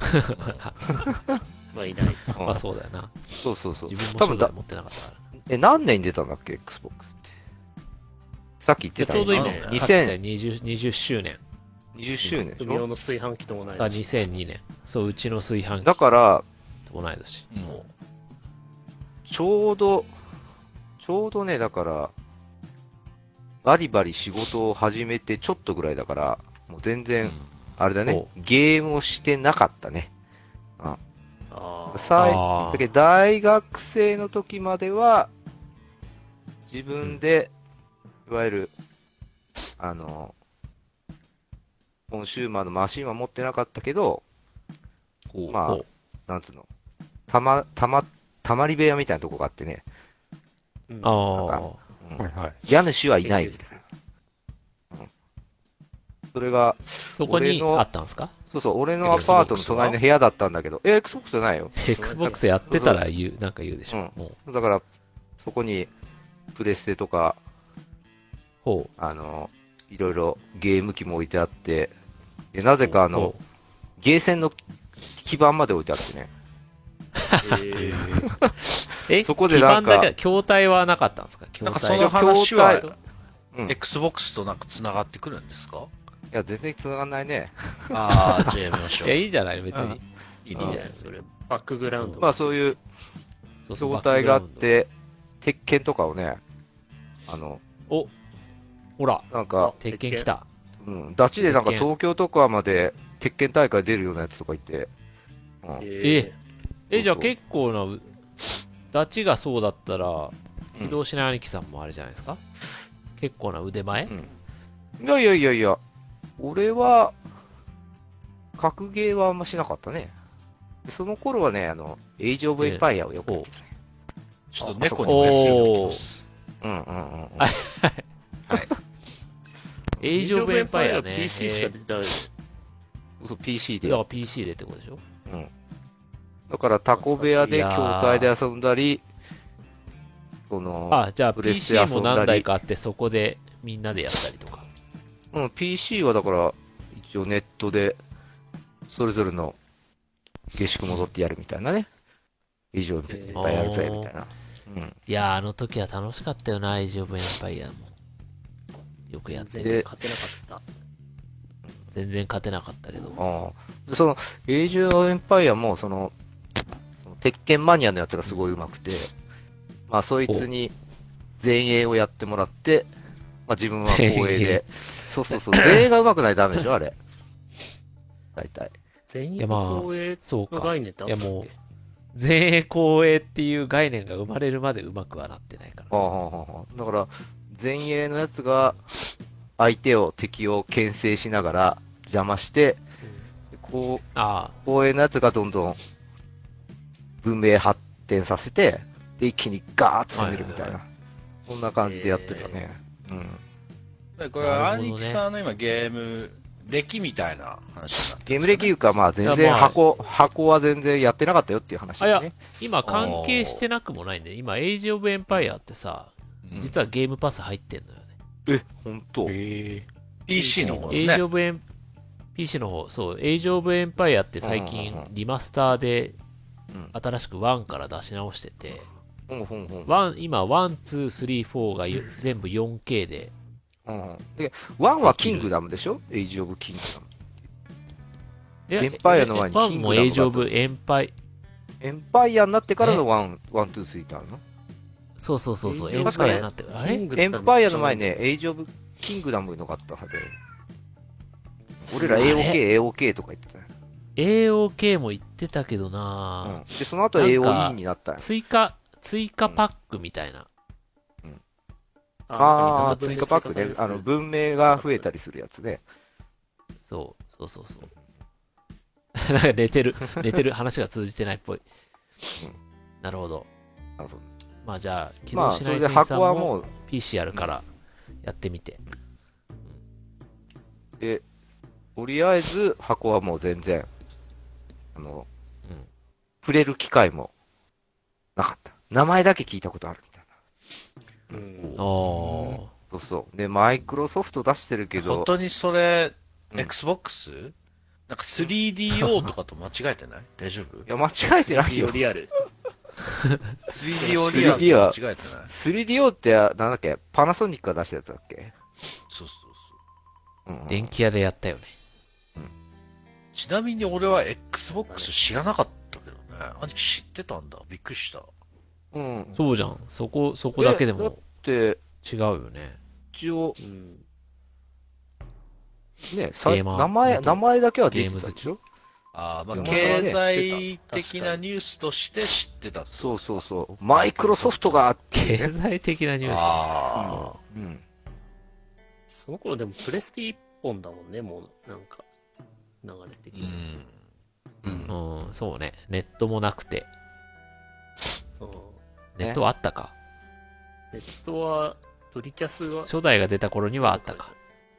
まあいない。 まあそうだよな。 そうそうそう。 自分多分だも初代持ってなかったから。 何年に出たんだっけ、Xbox って。さっき言ってたちょうど今、 ね 20周年。 20周年でしょ。 組用の炊飯器ともないあ、 し。 2002年。そう、うちの炊飯器だから、 と同い年。 もちょうどね、だから、バリバリ仕事を始めてちょっとぐらいだから、もう全う、 然、あれだねお、 ゲームをしてなかったね。 あーあーだけど大学生の時までは、自分で、いわゆる、コンシューマーのマシンは持ってなかったけど、 こうまあお、 なんつうの、たまり部屋みたいなとこがあってね、 うんあなんかあ。 はいはい。 家主はいないみたいな。それが、 そこにあったんですか？ そうそう、俺のアパートの隣の部屋だったんだけど、Xbox じゃないよ。 Xbox やってたらなんか言うでしょ。 うもう。 だから、そこに、プレステとか、 ほいろいろゲーム機も置いてあって、で、なぜかほゲーセンの基板まで置いてあってね。そこでなんか基板だけ、筐体はなかったんですか？筐なんかそ体の話は筐、うん。い Xbox となんか繋がってくるんですか？ や、全然繋がんないね。 ああ、じゃあやめましょいうや、いいんじゃない別に。 いいいいね、それ。バックグラウンド。 まあそういうそうそう筐体があっ。て、鉄拳とかをね、 お、ほら、 なんか、 鉄拳来た。 うん、ダチでなんか鉄拳東京とかまで鉄拳大会出るようなやつとか言って、うんじゃあ結構な、ダチがそうだったら、 うん移動しない兄貴さんもあれじゃないですか？結構な腕前？ いやいやいやいや、俺は、格ゲーはあんましなかったね。その頃はね、エイジオブエンパイアをよくやってたね。 う。ちょっと猫にもメッセージをきます。 うんうんうんうん。 エイジオブエンパイアね。 PC しか出てない。 そう、PC でだから PC でってことでしょ？ だからタコ部屋でいやー筐体で遊んだり、 じゃあプレス PC テ遊んだりも何台かあって、そこでみんなでやったりとか。 PC はだから、一応ネットで、それぞれの下宿戻ってやるみたいなね。以上、いっぱいやるぜ、みたいな。 いやー、あの時は楽しかったよな、エイジオブエンパイアも。よくやって全て。 然勝てなかった。 全然勝てなかったけど。 でエイジオブエンパイアも、その鉄拳マニアのやつがすごい上手くて、まあ、そいつに前衛をやってもらって、まあ、自分は後衛で。そうそうそう。前衛が上手くないとダメでしょ、あれ。大体。 全員いやまあ公営のそうか。 概念ってあったっけ？ いやもう、前衛後衛っていう概念が生まれるまでうまくはなってないから。 だから、前衛のやつが、敵を牽制しながら邪魔して、後衛のやつがどんどん文明発展させて、で、一気にガーッと攻めるみたいな。そんな感じでやってたね。 これは兄貴さんの今ゲーム歴みたいな話になってゲーム歴いうか、まあ全然いやまあ箱は全然やってなかったよっていう話だね。 今関係してなくもないんで、今、エイジオブエンパイアってさ、実はゲームパス入ってんのよね。 ほんと。 PC の方エイねジオブエン、PC の方、そう、エイジオブエンパイアって最近リマスターで新しく1から出し直してて、今、1、2、3、4が全部 4K で。 で、1はキングダムでしょ？エイジオブキングダム。 エンパイアの前に 1もエイジオブエンパイエンパイアになってからの1、2、3ってあるの？ そうそうそうそう、エン確かパイアになってる。あれエンパイアの前にね、エイジオブキングダムのがあったはずよ。俺ら AOK とか言ってたよ。 AOK も言ってたけどな、 で、その後 AOE になったよ。 追加パックみたいな。 追加パックね。文明が増えたりするやつね。 そう。なんか寝てる、話が通じてないっぽい。なるほど。まあじゃあ、起動しない水さんも PC やるからやってみて。 で、とりあえず箱はもう全然、触れる機会もなかった。名前だけ聞いたことあるみたいな。 うん。 あそうそう。で、マイクロソフト出してるけど、 本当にそれ、 うん Xbox？ なんか 3DO とかと間違えてない？大丈夫？ いや、間違えてないよ。 リアル。 3DO リアルと間違えてない？ 3DO って、なんだっけパナソニックが出したやつだっけ？ そうそうそう。 あ、電気屋でやったよね。 ちなみに俺は Xbox 知らなかったけどね。兄貴知ってたんだ。びっくりした。 うん。 そうじゃん。そこだけでだっもて、 違うよね。 一応、 うん。 ね、 ゲーマー名前だけは出てたでしょ？ ああ、まあ、 いや経済的なニュースとして知ってた。 そうそうそう。マイクロソフトがって経済的なニュース。 ああ。 うん。 その頃でもプレステ1本だもんね、もう、なんか、流れ的うに。 ん。 うん、そうね。ネットもなくて。 うん。 ネットはあったか。 ネットは、ドリキャスは、 初代が出た頃にはあったか。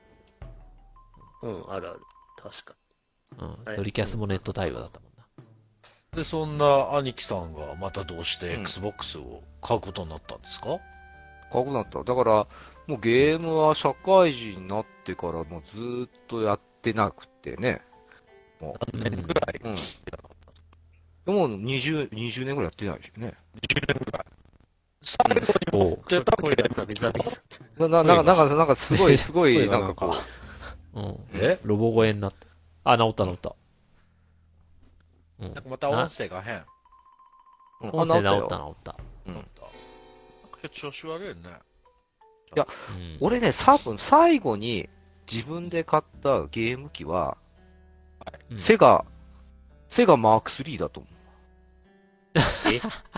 うん、あるある。確か。 うん。ドリキャスもネット対応だったもんな。 で、そんな兄貴さんがまたどうして Xbox を買うことになったんですか？ かっこなった。だから、もうゲームは社会人になってからもうずーっとやってなくてね。もう。 何年ぐらいうん。でも20年ぐらいやってないでしょね。 最後に持ってた声がザビザビ。 なんかすごい、 声がなんかこうん。 えロボ声になった。あ、治った治った。うん。 なんかまた音声が変。 う、うん、 音声治よった治った。 うんなんか調子悪いね。 いやうん。 俺ね、多分最後に自分で買ったゲーム機は、 うんセガマーク3だと思う。 え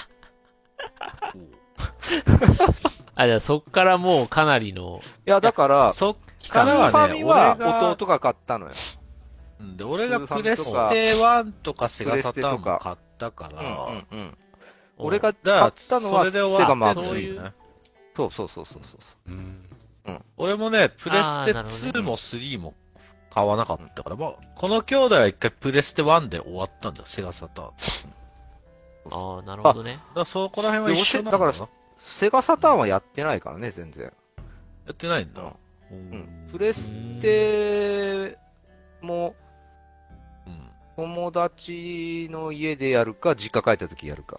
あ、じゃあそっからもうかなりの、 いや、だから、 そっスーフからはね、 ァミは俺が、 弟が買ったのよ。 で、俺がスーファミプレステ1とかセガサターンも買ったから、 うん。俺がだ買ったのはセそれで終わガマークってんの 3。 よね。 そう。 うん。 俺もね、プレステあーなるほどね 2も3も買わなかったから、まあ、この兄弟は一回プレステ1で終わったんだよ、セガサターン。だかああ、なるほどね。 らそこら辺は一緒なのかな。 だからセガサターンはやってないからね、全然。 やってないんだ。 うん。プレステもうん。 友達の家でやるか、実家帰った時やるか。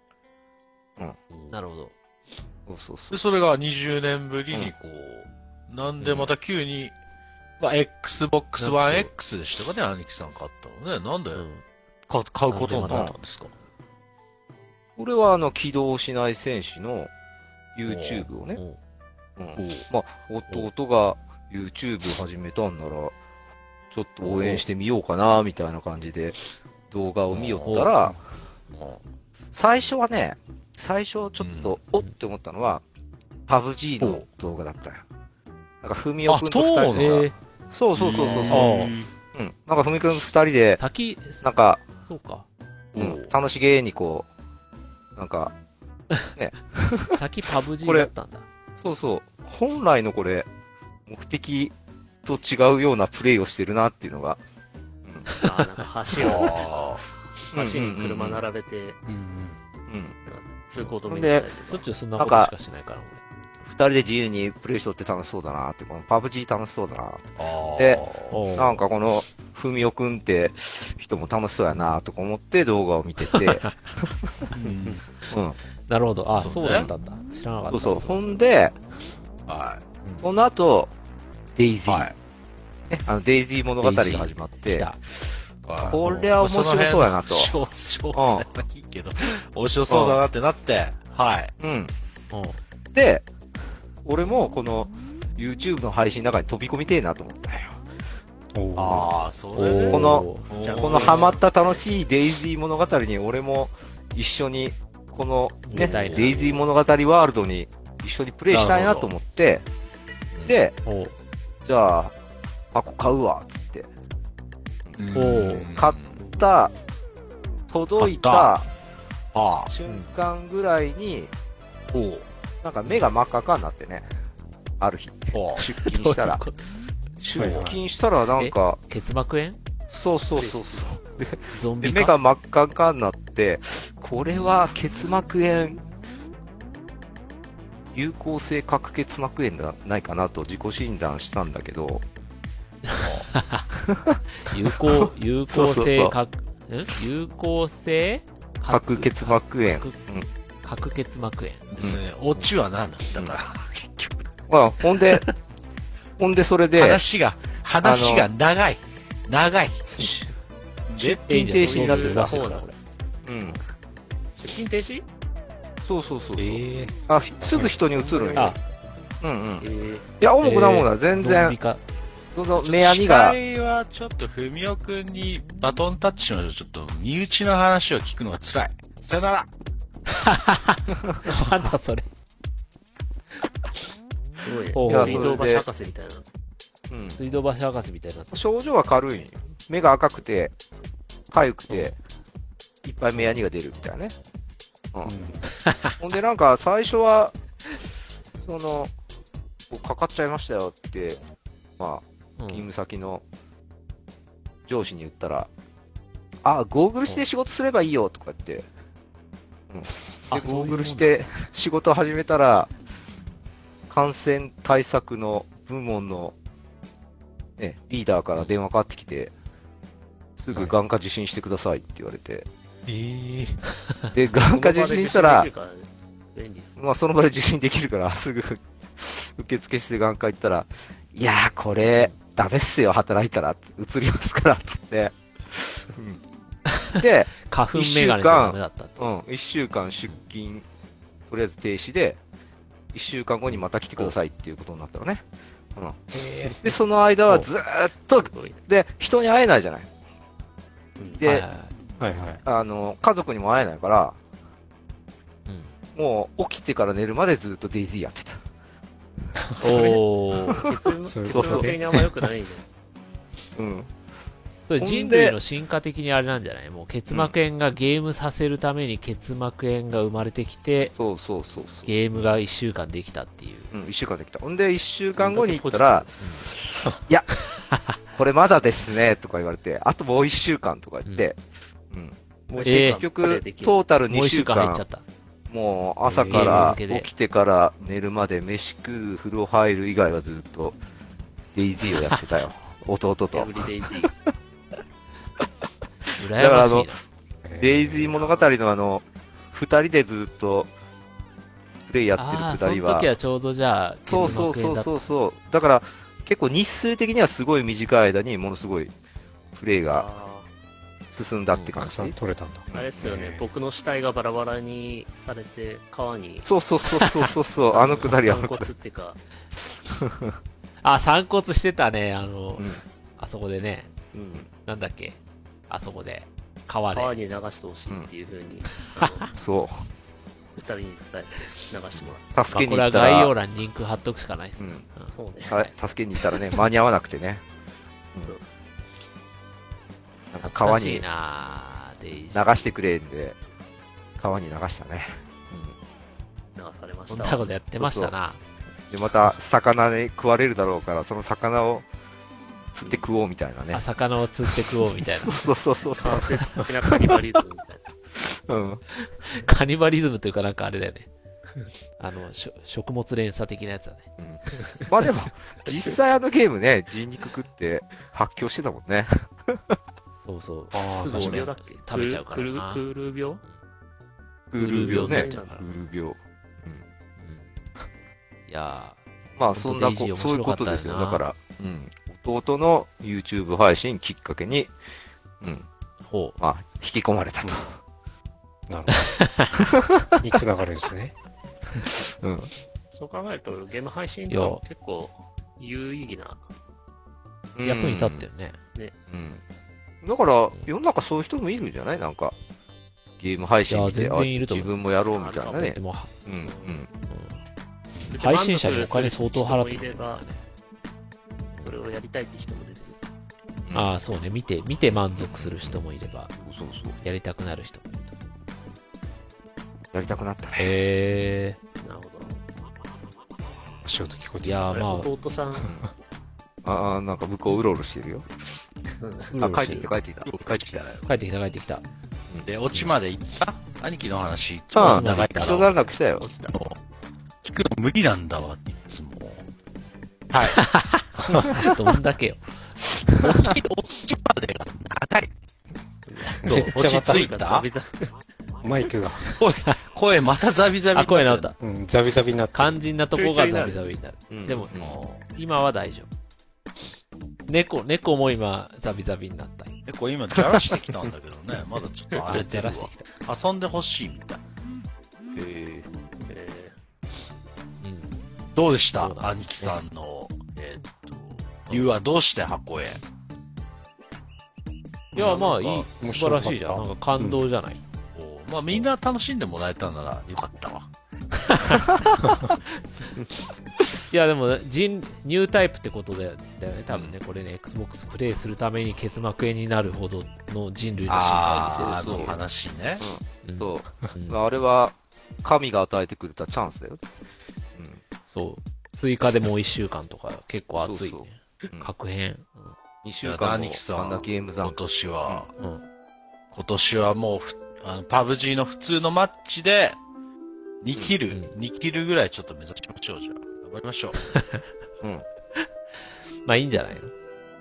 なるほど。 そうで、。それが20年ぶりにこう、なんでまた急に、まあ、Xbox One X でしたかね、兄貴さん買ったのね。なんでうん。 買うことになったんですか？ 俺は機動しない戦士の YouTube をね、 うんうん。まあ、弟が YouTube 始めたんなら、ちょっと応援してみようかな、みたいな感じで動画を見よったら、最初はちょっと、おって思ったのは、パブ G の動画だったよ。なんか、ふみおくんと二人でさ、そう。うん。なんか、ふみくん二人で、 先、 なんか、 そうか。 楽しげにこう、なんか、 先パブ G これだったんだ。 そう。本来のこれ、目的と違うようなプレイをしてるなっていうのが、 あ、なんか橋に車な並べて、 うん。 うん。 通行止めにしたりしとか。 ょっちゅうそんなことしかしないから、 二人で自由にプレイしとって楽しそうだなって、このパブ G 楽しそうだな。 あで俺。 なんかこの、ふみおくんって人も楽しそうやなとか思って動画を見てて、うん。 なるほど。あ、 そうねそうだったんだ。知らなかった。 そう。ほんで、 はその後、デイジい。 ー。 はい。 ね、デイジー物語が始まって、 来た。 これは面白そうやなと。 詳細はいいけど、面白そうだなってなって、はい。 うん。 うん。 で、俺もこの YouTube の配信の中に飛び込みてえなと思ったよ。 ああ、それで。 このおーこのハマった楽しいデイジー物語に俺も一緒に、このね、 見たいなデイジー物語ワールドに一緒にプレイしたいなと思って、で、 おーじゃあ、箱買うわ、つって。 うん買届いたああ。 瞬間ぐらいに、 おう。 なんか目が真っ赤っかになってね、ある日、 おう。 出勤したら。 出勤したらなんか、 結膜炎そう。で、 ゾンビ目が真っ赤っかになって、これは結膜炎、有効性角結膜炎じゃないかなと自己診断したんだけど、 有効そうそう性有効性角結膜炎。 角結膜炎。 ですね。オチは何なんだから、結局。 まあ、ほんでそれで、 話が長い。 出勤停止になってさ、 そうだ、これ。 うん。 出勤停止そう。あ、すぐ人に移るんよあ。 いや、重くないもんだ。全然、その目やにが、 司会はちょっとふみおくんにバトンタッチしましょう。ちょっと身内の話を聞くのが辛い。さよなら。 なんだそれ。 すごいね。 ほういや水道橋博士みたいな。 水道橋博士みたいになって症状は軽いんよ。目が赤くて、痒くて、いっぱい目やにが出るみたいなね。ほんでなんか最初は、かかっちゃいましたよって、まあ、勤務先の上司に言ったら、あ、ゴーグルして仕事すればいいよとか言って、で、ゴーグルして仕事始めたら、感染対策の部門の、ね、リーダーから電話かかってきて、すぐ眼科受診してくださいって言われて、で、眼科受診したら、まあその場で受診できるから、すぐ受付して眼科行ったら、いやーこれ、ダメっすよ、働いたら、移りますから、つって。で、 花粉メガネじゃダメだったって。 1週間出勤、とりあえず停止で、1週間後にまた来てくださいっていうことになったのね。で、その間はずーっと、で、人に会えないじゃない。で、家族にも会えないから、もう起きてから寝るまでずっとデイジーやってた。 おー。 そうにあんま良くないんだよ。 それ人類の進化的にあれなんじゃない？もう結膜炎がゲームさせるために結膜炎が生まれてきて、 そう。 ゲームが1週間できたっていう。 1週間できた。ほんで、1週間後に行ったら、いや、これまだですね、とか言われて、あともう1週間とか言って、結局、トータル2週間、もう朝から起きてから寝るまで飯食う、風呂入る以外はずっとデイジーをやってたよ。弟と。だからデイジー物語の二人でずっとプレイやってるくだりは。 その時はちょうどじゃあ、 そう。だから結構日数的にはすごい短い間にものすごいプレイが進んだって感じ。 たくさん取れたんだ。 あれですよね、僕の死体がバラバラにされて川に。 そう、あのくだりは。 散骨っていうか。 散骨してたね、あそこでね。なんだっけ、あそこで。川に流してほしいっていう風に、 そう。 二人に伝えて流してもらった。 助けに行ったら。 これは概要欄にリンク貼っとくしかないですね。 そうね。 助けに行ったらね、間に合わなくてね。なんか川に流してくれんで、川に流したね。 流されました。 そんなことやってましたな。 で、また魚に食われるだろうから、その魚を釣って食おうみたいなね。 魚を釣って食おうみたいな。 そう。 カニバリズムみたいな。 カニバリズムというかなんかあれだよね。食物連鎖的なやつだね。 まあでも、実際あのゲームね、人肉食って発狂してたもんね。 そう。 すぐ俺だっけ食べちゃうからな。 クール病クール病ね。 クール病。 いやまあそういうことですよ。だから、弟の YouTube 配信きっかけに、まあ、引き込まれたと。 なるほど。に繋がるんですね。 そう考えると、ゲーム配信って結構有意義な役に立ってるね。 だから、世の中そういう人もいるんじゃない？なんか、ゲーム配信見て、自分もやろうみたいなね。 配信者にお金相当払ってくれる。 それをやりたいって人も出てる。 ああ、そうね。見て満足する人もいれば、やりたくなる人もいると。 やりたくなったね。 なるほど。 仕事聞こえてきた。いや、まあ、 弟さん、 なんか向こううろうろしてるよ。帰ってきた。 帰ってきたね。 帰ってきた。 で、オチまで行った兄貴の話、いつあも長いから。 一段落したよ。 聞くの無理なんだわ、いつも。はい。 どんだけよ。 オチまでが長い。どうめっちゃ落ち着いたマイクが。 声またザビザビ。 あ、声直った。 うん、ザビザビになってる。 肝心なとこがザビザビになる。 うんでも、今は大丈夫。猫も今、ザビザビになった。 結構今、じゃらしてきたんだけどね。まだちょっと荒れてるわじゃらしてきた。 遊んでほしいみたい。 うん。 どうでしたそうだね兄貴さんの、理由はどうして箱へ。 いや、まあ、いい、 面素晴白かったらしいじゃん。なんか感動じゃない。 まあみんな楽しんでもらえたならよかったわ。 いや、でも、ニュータイプってことだよね。多分ね、これね、Xbox プレイするために結膜炎になるほどの人類の進化を見せる。 あの話ね。 そううんあれは、神が与えてくれたチャンスだよ。 そう。追加でもう1週間とか結構熱いね。 うん確変。 2週間兄貴さんもあんなゲーム残今年は、 うん。 今年はもうパブ G の普通のマッチで、2キル、 うん 2キルぐらいちょっと目指しましょう、じゃあ。頑張りましょう。 うん。 まあいいんじゃないの。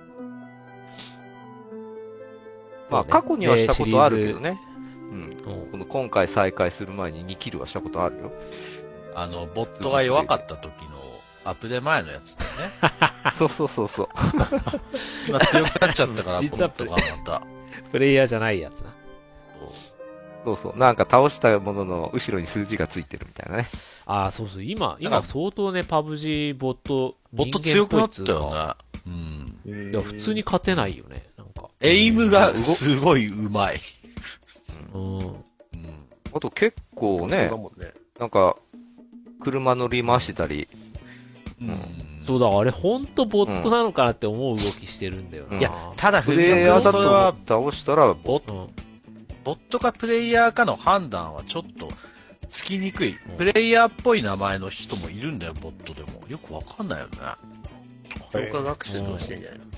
まあ、過去にはしたことあるけどね。うん。 うん。 この今回再開する前に2キルはしたことあるよ。 ボットが弱かった時のアップデ前のやつだよね。 そうそうそうそう。 今強くなっちゃったから、 実はボットがまた。 プレイヤーじゃないやつな。 そうそう。なんか倒したものの後ろに数字がついてるみたいなね。 ああ、そうそう。今だから相当ね、パブ G ボット強くなった人間ぽいよつうね。うん。 かいや、普通に勝てないよね。なんか。 エイムがすごい上手い。 うん。 うん。 あと結構ねだ、もんね。 なんか、車乗り回してたり、 そうだ、あれほんとボットなのかなって思う動きしてるんだよな。 いや、ただ、 プレイヤーだとそれは思って倒したら、 ボッうん。 ボットかプレイヤーかの判断はちょっとつきにくい。 うんプレイヤーっぽい名前の人もいるんだよ、ボットでも。よくわかんないよね。 評価学習とかしてんじゃないの？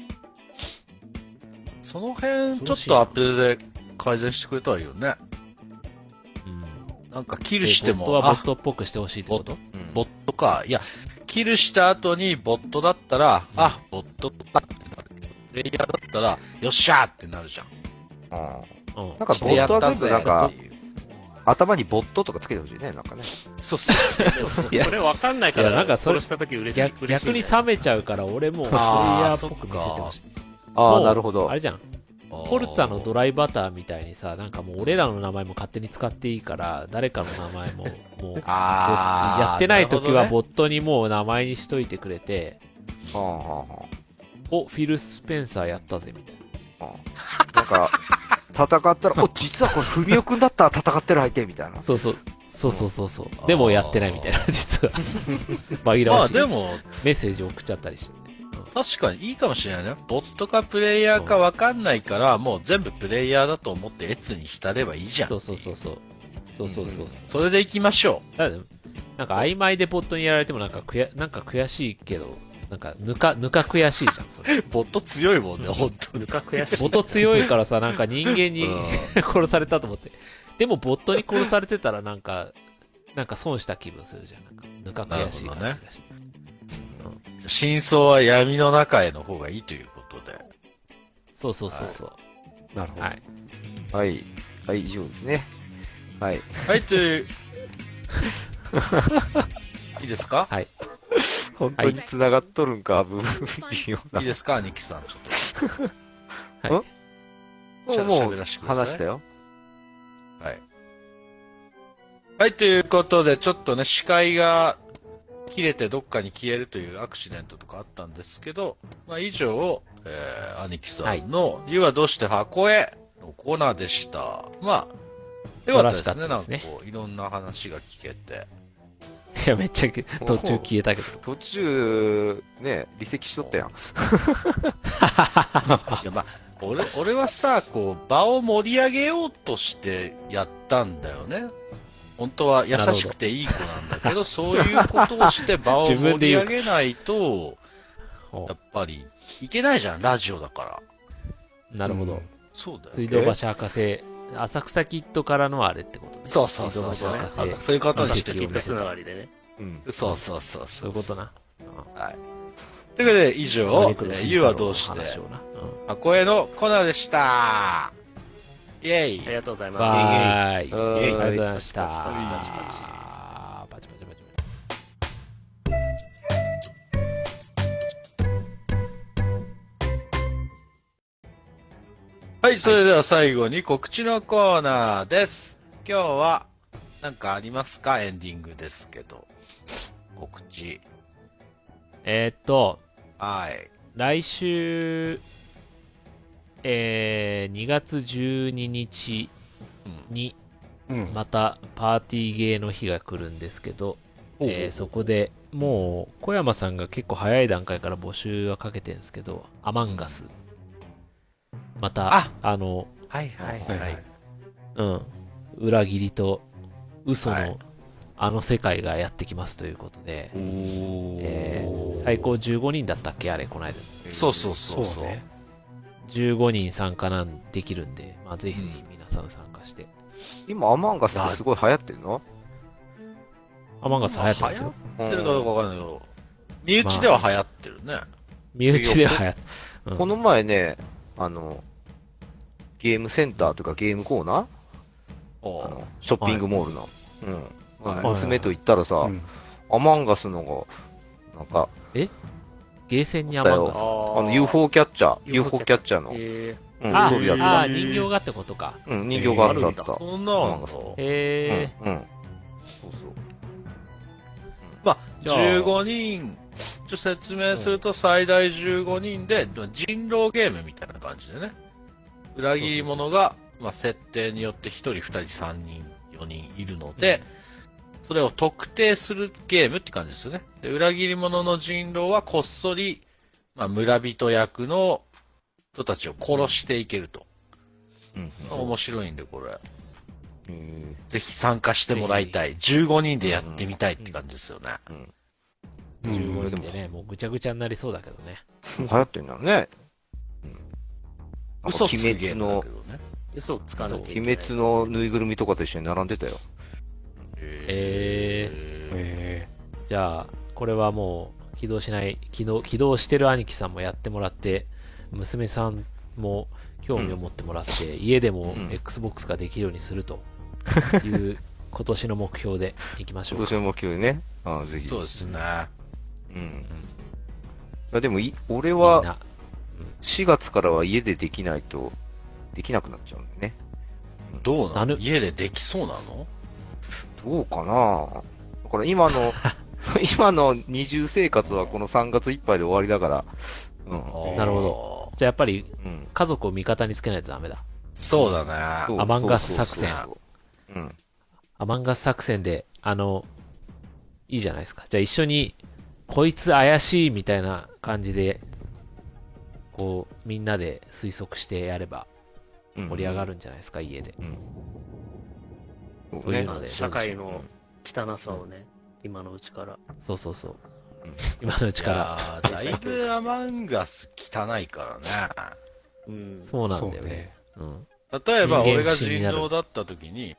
その辺、ちょっとアップで改善してくれたらいいよね。 うん。 なんか、キルしても、 ボットはボットっぽくしてほしいってことうんボットか。いや、キルした後にボットだったら、ボットかってなるけど、プレイヤーだったら、よっしゃーってなるじゃん。 うんうん。 なんかボットは全部なんか、頭にボットとかつけてほしいね、なんかね。 そうそうそうそう。 それ分かんないかいやら、 なんかそれ殺した時嬉しい。 逆に冷めちゃうから、俺もうプレイヤーっぽく見せてほしい。 ああ、 もうなるほどあ。れじゃん。フォルツァのドライバターみたいにさ、なんかもう俺らの名前も勝手に使っていいから、誰かの名前も、もう、やってない時はボットにもう名前にしといてくれて、 はあはあはお、フィル・スペンサーやったぜ、みたいな。 あなんか、戦ったら、お、実はこれ、ふみおくんだったら戦ってる相手みたいな。 そうそう。そう。でもやってないみたいな、実は。紛らまわしい。 あでも、 メッセージ送っちゃったりしてね。 確かにいいかもしれないね。ボットかプレイヤーかわかんないから、もう全部プレイヤーだと思って列に浸ればいいじゃん。 そう。そう。 それで行きましょだからなんか曖昧でボットにやられてもなんか悔しいけど、なんかぬか悔しいじゃん、それ。 う。ボット強いもんね、本当に。 ぬか悔しい。 ボット強いからさ、なんか人間に殺されたと思って。でもボットに殺されてたらなんか損した気分するじゃん。なんかぬか悔しい感じがして。 真相は闇の中への方がいいということで。 そう。 なるほど。 はい。 はい。はい、以上ですね。はい。 はい、という。いいですかはい。 本当に繋がっとるんか、部分微妙な。 いいですか兄貴さん、ちょっと。 はいもう喋らせてください話したよ。 はい。はい、ということで、ちょっとね、視界が切れてどっかに消えるというアクシデントとかあったんですけど、まあ、以上、兄貴さんの、湯はどうして箱へのコーナーでした。まあ、よかったですね、 素晴らしかったなんですねかこう、いろんな話が聞けて。 いや、めっちゃ途中消えたけど。 途中、ね、離席しとったやん。 いや、まあ、俺はさ、こう、場を盛り上げようとしてやったんだよね。本当は優しくていい子なんだけど、そういうことをして場を盛り上げないと、 おやっぱり、いけないじゃん、ラジオだから。 なるほど。 そうだよ。 水道橋博士、浅草キッドからのあれってことね。 そうそうそうそう。 水道橋博士そういうことにキしてくれットつながりでね。 うん。 そうそうそうそういうことな。 はい。ということで、以上、ゆうはどうして、 話をな。 箱絵のコーナーでした。イェイありがとうございます。 バイ。ありがとうはーいございました。 パチパチパチパチパチパチパチパチ。 はい、それでは最後に告知のコーナーです。今日は、何かありますか？エンディングですけど。告知。はい。 来週、2月12日に、 うん。 またパーティーゲーの日が来るんですけど、そこでもう小山さんが結構早い段階から募集はかけてるんですけど、アマンガス。また、 はいはいはいはい。 裏切りと嘘はいのあの世界がやってきますということで、 お最高15人だったっけあれ、この間。 そうそうそそううそう。 ね。 15人参加できるんで、まあ、ぜひぜひ皆さん参加して。 今、アマンガスってすごい流行ってるの？ アマンガス流行ってますよ。 流行ってるかどうかわかんないけど、身内では流行ってるね。 身内では流行ってる。 この前ね、ゲームセンターというかゲームコーナーショッピングモールの。 はい娘と行ったらさ、 うん。 アマンガスのが、なんか、 ゲーセンにアマンガス。 UFO キャッチャー、 UFO UFO キャッチャーの、 えあストーリーやってあ、 た。 人形がってことか。 人形があったあった。 そんなのそうそうそう。 まあ、 じゃあ 15人、説明すると最大15人で、人狼ゲームみたいな感じでね。裏切り者が、まあ、設定によって1人、2人、3人、4人いるので、それを特定するゲームって感じですよね。で、裏切り者の人狼はこっそり、まあ、村人役の人たちを殺していけると。面白いんで、これ。ぜひ参加してもらいたい。15人でやってみたいって感じですよね。 15人でね、もうぐちゃぐちゃになりそうだけどね。 流行ってんだよね。 嘘つく鬼ゲー滅のムだけどね。 嘘をつかなきゃいけ鬼ない。 滅のぬいぐるみとかと一緒に並んでたよ。 じゃあ、これはもう起動してる兄貴さんもやってもらって、娘さんも興味を持ってもらって、家でも Xbox ができるようにするという今年の目標でいきましょうか。 今年の目標ね。ぜひ。 そうですね。 いやでも俺みんはな 4月からは家でできないとできなくなっちゃうんだよね。 どうなの？ なる家でできそうなの？ どうかな。だから今の今の二重生活はこの3月いっぱいで終わりだから。 なるほど。じゃあやっぱりうん。 家族を味方につけないとダメだ。 そうだね。 そうアマンガス作戦そうそうそううん。 アマンガス作戦で、いいじゃないですか。じゃあ一緒に、こいつ怪しいみたいな感じで、こう、みんなで推測してやれば盛り上がるんじゃないですか、家で。 そうねというので社会の汚さをね、今のうちから。 そうそうそう。今のうちから。 だいぶアマンガス汚いからね。 うん。 そうなんそうだよねね。。 うん。 例えば人間俺が人不信になる狼だった時に、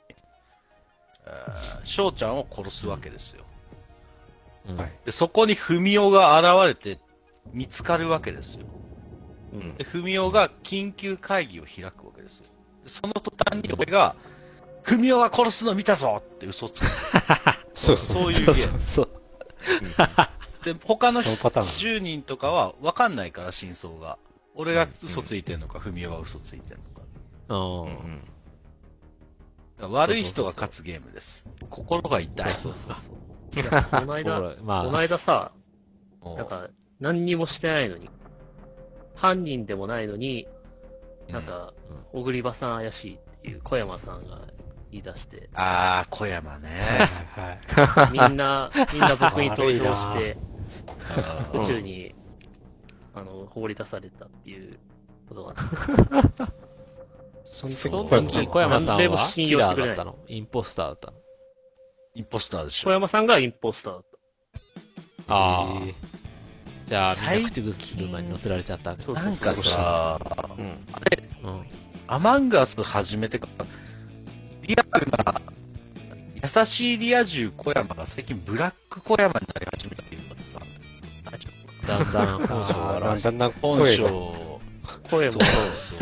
翔ちゃんを殺すわけですよ。 うんはいで、そこに文雄が現れて見つかるわけですよ。 うんで、文雄が緊急会議を開くわけですよ。でその途端に俺が、文雄が殺すの見たぞって嘘つく。 そうそうそういうそうゲーム。 そうそう。 で、他のそのパターン。 10人とかは分かんないから、真相が。俺が嘘ついてんのか、文雄が嘘ついてんのか。 うん。 だから悪い人が勝つゲームです。心が痛い。 そうそうそう。 いやこの間、 ほらまこのあ、 間さ、 もうなんか、何にもしてないのに、犯人でもないのに、なんか、小栗場さん怪しいっていう小山さんが言い出して、 あー、小山ね。 はい。 みんな僕に投票して、 うん宇宙に、放り出されたっていうことがあって、 そのその時時小山さん何でもはキ信用してくれないラーだったの？インポスターだったの？ インポスターでし小ょ。 山さんがインポスターだっああ。 じゃあ、みんな口車に乗せられちゃったわけだ。 なんかさ、 うん。 あれ、 うん。 アマンガス始めてから、リアルな、優しいリア充小山が最近ブラック小山になり始めたっていうかさ、大丈夫だんだん本性をあ表して。 ーだんだん本声が。 性、 声もそうそう。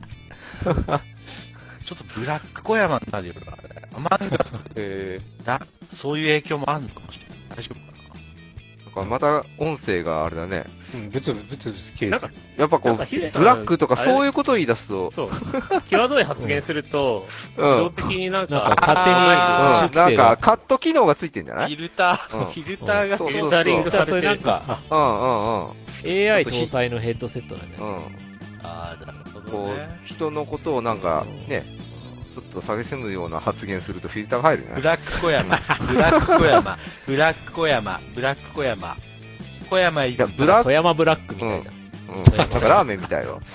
ちょっとブラック小山になるよな、あれ。アマンガスそういう影響もあるのかもしれない。大丈夫かな。 なんかまた音声があれだね。 うん、ブツブツ切れてなんか、 やっぱこう、 なんかヒデさんブラックとかあれそういうことを言い出すと、 そう。際どい発言すると、自うん。 動的になんか、 なんか勝手になんかカット機能がついてんじゃないフィルター、 うんフィルターが、 そうフィルタリングじゃあそれされてる。 なんか、 うんうんうん。 AI 搭載のヘッドセットなんじゃないうん。 あー、なるほどこうね。、 人のことをなんかね、ちょっと蔑むような発言するとフィルターが入るね。 ブラック小山、ブラック小山、ブラック小山、ブラック小山。小山いいや、ブラック、 富山ブラックみたいじゃん。 うん。なんかラーメンみたいよ。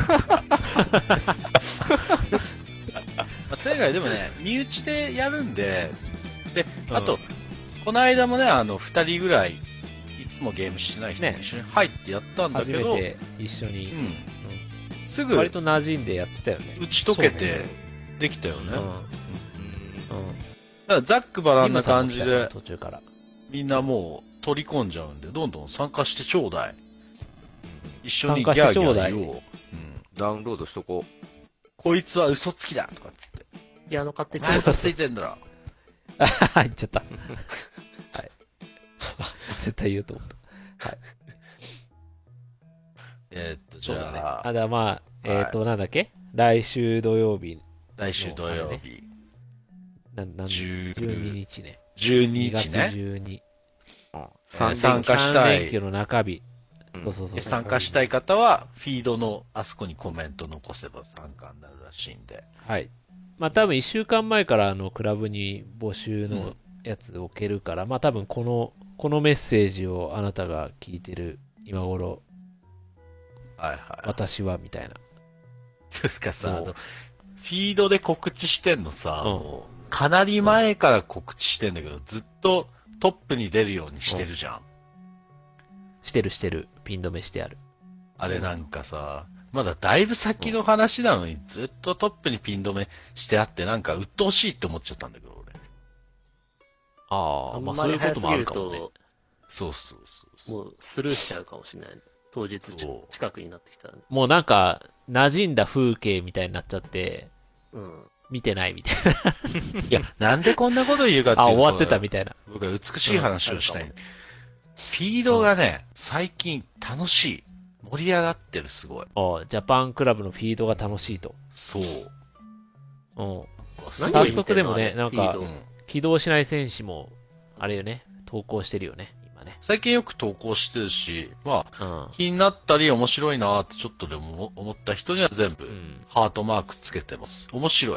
とにかくでもね、身内でやるんで、で、 うんあと、この間もね、二人ぐらい、いつもゲームしてない人も一緒に入ってやったんだけど、 初めて一緒に、 うん。すぐ、 割と馴染んでやってたよね。 打ち解けてそうね、 できたよね。 うん。 だかうん。 らざっくばらんな今さん感じでも来たよ、途中から。 みんなもう取り込んじゃうんで、どんどん参加してちょうだい。一緒にギ参加ャーギャしてちょうだいー言おう。うん。 ダウンロードしとここいつは嘘つきだとかっつって。 ピアノ買ってお前嘘ついてんだろ。 あ言っちゃった。はい。絶対言うと思った。 じそうだね。 ゃあ、 あ、だまあ、なんだっけ来週土曜日。 来週土曜日、 なん 10 12日ね。 12 2月日ね。 12。 う。うん。 参 3 加した 3連休い。 の中日。 うんそうそうそう。 参加したい方は、フィードのあそこにコメント残せば参加になるらしいんで。 はい。まあ多分1週間前からクラブに募集のやつを置けるから、まあ多分このメッセージをあなたが聞いてる今頃、 はいはい。 私はみたいな。 ですかさ、 そうフィードで告知してんのさ、 うんもうかなり前から告知してんだけど、ずっとトップに出るようにしてるじゃん。 してる。ピン止めしてある。 あれなんかさ、まだだいぶ先の話なのに、ずっとトップにピン止めしてあって、なんか鬱陶しいって思っちゃったんだけど、俺。 ああ、 あんまあそういうこともあまり早すぎるるかもね。 と、 そうそうそう。 もうスルーしちゃうかもしれない。当日そう近くになってきたら。 もうなんか、馴染んだ風景みたいになっちゃって、 うん。 見てないみたいな。 いや、なんでこんなこと言うかっていうあ、 と、 終わってたみたいな。 僕は美しい話をしたい。 うんフィードがね、最近楽しい。盛り上がってる、すごい。 おジャパンクラブのフィードが楽しいと。 そう。 うん。 すごい何を言ってんの早速でもねあれなんかフィードうん起動しない選手も、あれよね、投稿してるよね、今ね。 最近よく投稿してるし、まあ、 うん。 気になったり面白いなーってちょっとでも思った人には全部うん。 ハートマークつけてます。面白い。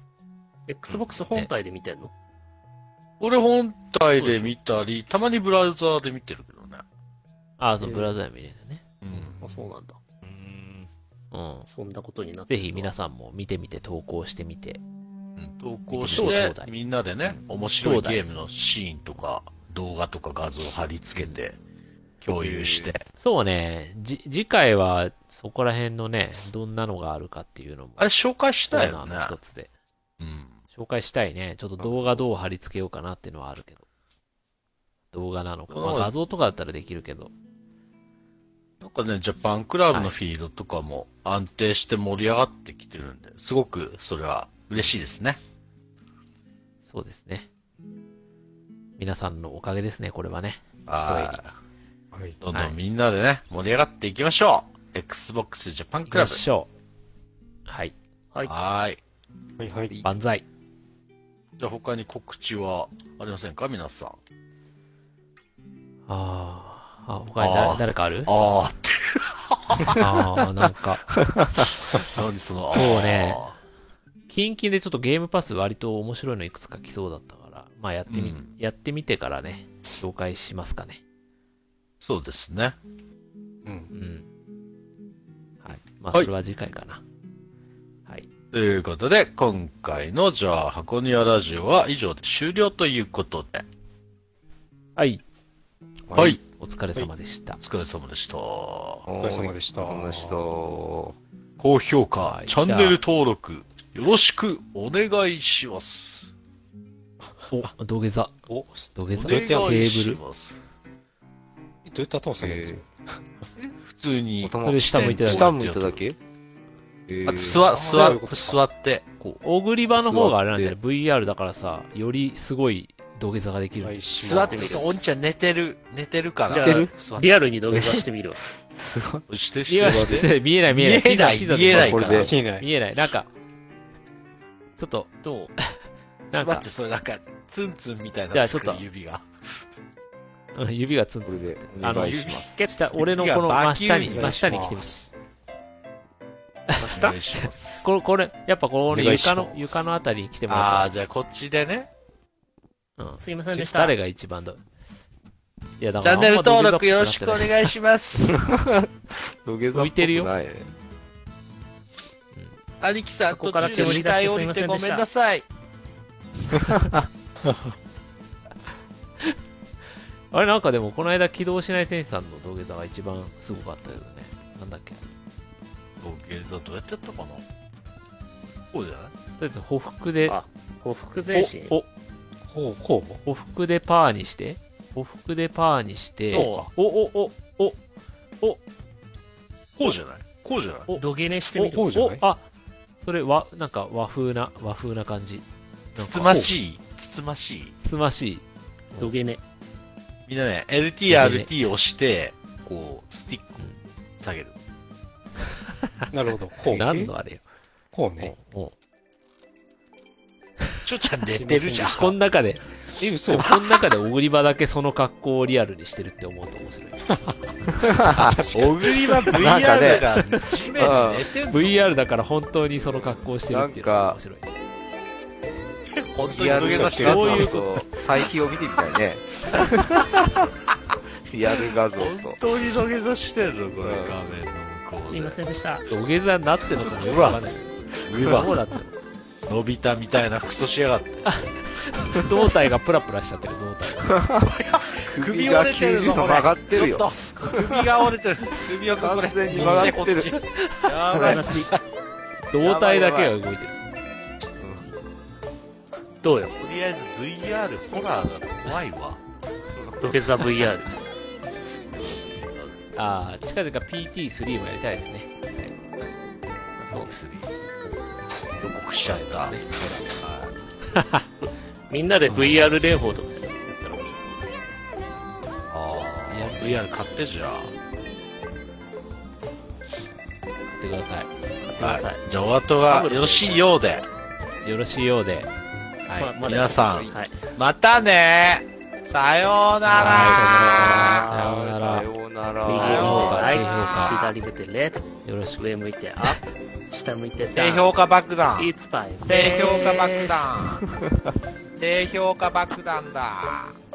Xbox 本体で見てんの？ 俺本体で見たり、たまにブラウザーで見てるけどね。 あ、そう、ブラウザー見れるね。 うん。 あ、そうなんだ。 うん。 そんなことになってぜひ皆ん。 さんも見てみて投稿してみて。 投稿し見てみてちょうだいてみんなでね、面白いゲームのシーンとか、動画とか画像を貼り付けて、共有して。 そうね、次回はそこら辺のね、どんなのがあるかっていうのも、 あれ紹介したいよねコーナーの。一つでうん。 紹介したいね。ちょっと動画どう貼り付けようかなっていうのはあるけど。動画なのか。まあ画像とかだったらできるけど。 なんかね、ジャパンクラブのフィードとかも安定して盛り上がってきてるんで、すごくそれは嬉しいですね。 そうですね。皆さんのおかげですね、これはね。 はい。 はい。 どんどんみんなでね、盛り上がっていきましょう。Xbox ジャパン行きまクラブ。 しょう。はい。 はい。 はーい。 はいはい。 万歳。 じゃあ他に告知はありませんか皆さん。 他にあー誰かあるあーって。 なんか、 何その、 そうねキンキンでちょっとゲームパス割と面白いのいくつか来そうだったから、まあやってみてからね、紹介しますかね。 そうですね。 うん。 うん。はい。まあはいそれは次回かな。はい。 ということで、今回のじゃあ箱庭ラジオは以上で終了ということで。 はい。 はい。 お疲れ様でした。 お疲れ様でした。 お疲れ様でした。 お疲れ様でした。 高評価、 はいチャンネル登録、よろしくお願いします。 お、土下座。 お、 土下座。 おテ願いしーブル。 ます。 どうやって頭下げるんですか？ 普通に、 頭それ下向いてだけ下向いただけあとそういうことか座って、こう。 大栗場の方があれなんだよね。VR だからさ、よりすごい土下座ができる。 座ってみて、おんちゃん寝てるから。 じゃあ寝てる座って。 リアルに土下座してみるわ。 すごい。 して、 いやして。 見えない見えない。 見えないピザ見えないからこれで見えない。 見えない。なんか、ちょっと、 どうなんか待って、、それなんか、ツンツンみたいな。 じゃあちょっと指が。 指がつんつん。 これでお願いします。 下、俺のこの真下に、真下に来てみす。 お真下願いします。 これ、やっぱこのお願いします床のあたりに来てもらああ、 ったじゃあこっちでね。 ら、うん。 すいませんでした。 誰が一番だいや、だからチャンネル登録よろしくお願いします。 土下座っぽく浮いてるよないね。 兄貴さん、途ここから中で視界降りてごめんなさい。 あれなんかでも、この間起動しない選手さんの土下座が一番すごかったけどね。なんだっけ。 土下座どうやってやったかなこうじゃないとりあえず、歩幅で、 あほふ前進。 お、 こう、こう歩幅でパーにして、歩幅でパーにして、 おこうじゃないこうじゃないお土下寝してみる。 こうじゃないあ、それなんか和風な感じ。 つつましい。つつましい。 つつましい。 土下寝。 みんなね、LT、RT を押して、こう、スティック下げる。 なるほど。こう。 何のあれよ。 こうね。 おちょちゃん寝てるじゃん。 この中で、 嘘。 この中で小栗場だけその格好をリアルにしてるって思うと面白い。 小栗はなんかね VR が地面で寝てんの VR だから本当にその格好をしてるっていうのが面白い。 本当にリアル土下座してる画そういう像と対比を見てみたいね。リアル画像本と。 当に土下座してるのこれうん画面の向こうすいませんでした。 土下座になってんのかもよくわかんない。 うわどうなってんのび太みたいな服装しやがっての胴体がプラプラしちゃってる胴体が。 首折れてるぞ 90度曲がってるよちょっと首が折れてる首をこれ完全に曲がってるこっちやばい胴体だけが動いてる。 どうよ。 とりあえず VR ホラーが怖いわ土下座 VR。 ああ、近々 PT3 もやりたいですね。 そう。 予告しちゃったねみんなで VR 連邦とかやったら面白そう。 ああ VR 買ってじゃあやってくださ買ってください。 じゃあお後がよろしいようでい。よろしいようで。はい。 まだ皆さんはい。 またねさようならさようなら。 さようなら。 右低評価、 はい低評価。 左向いてレフよろしく。 上向いてアップ。下向いてダウン。 低評価爆弾いつばい。 低評価爆弾低評価爆弾だ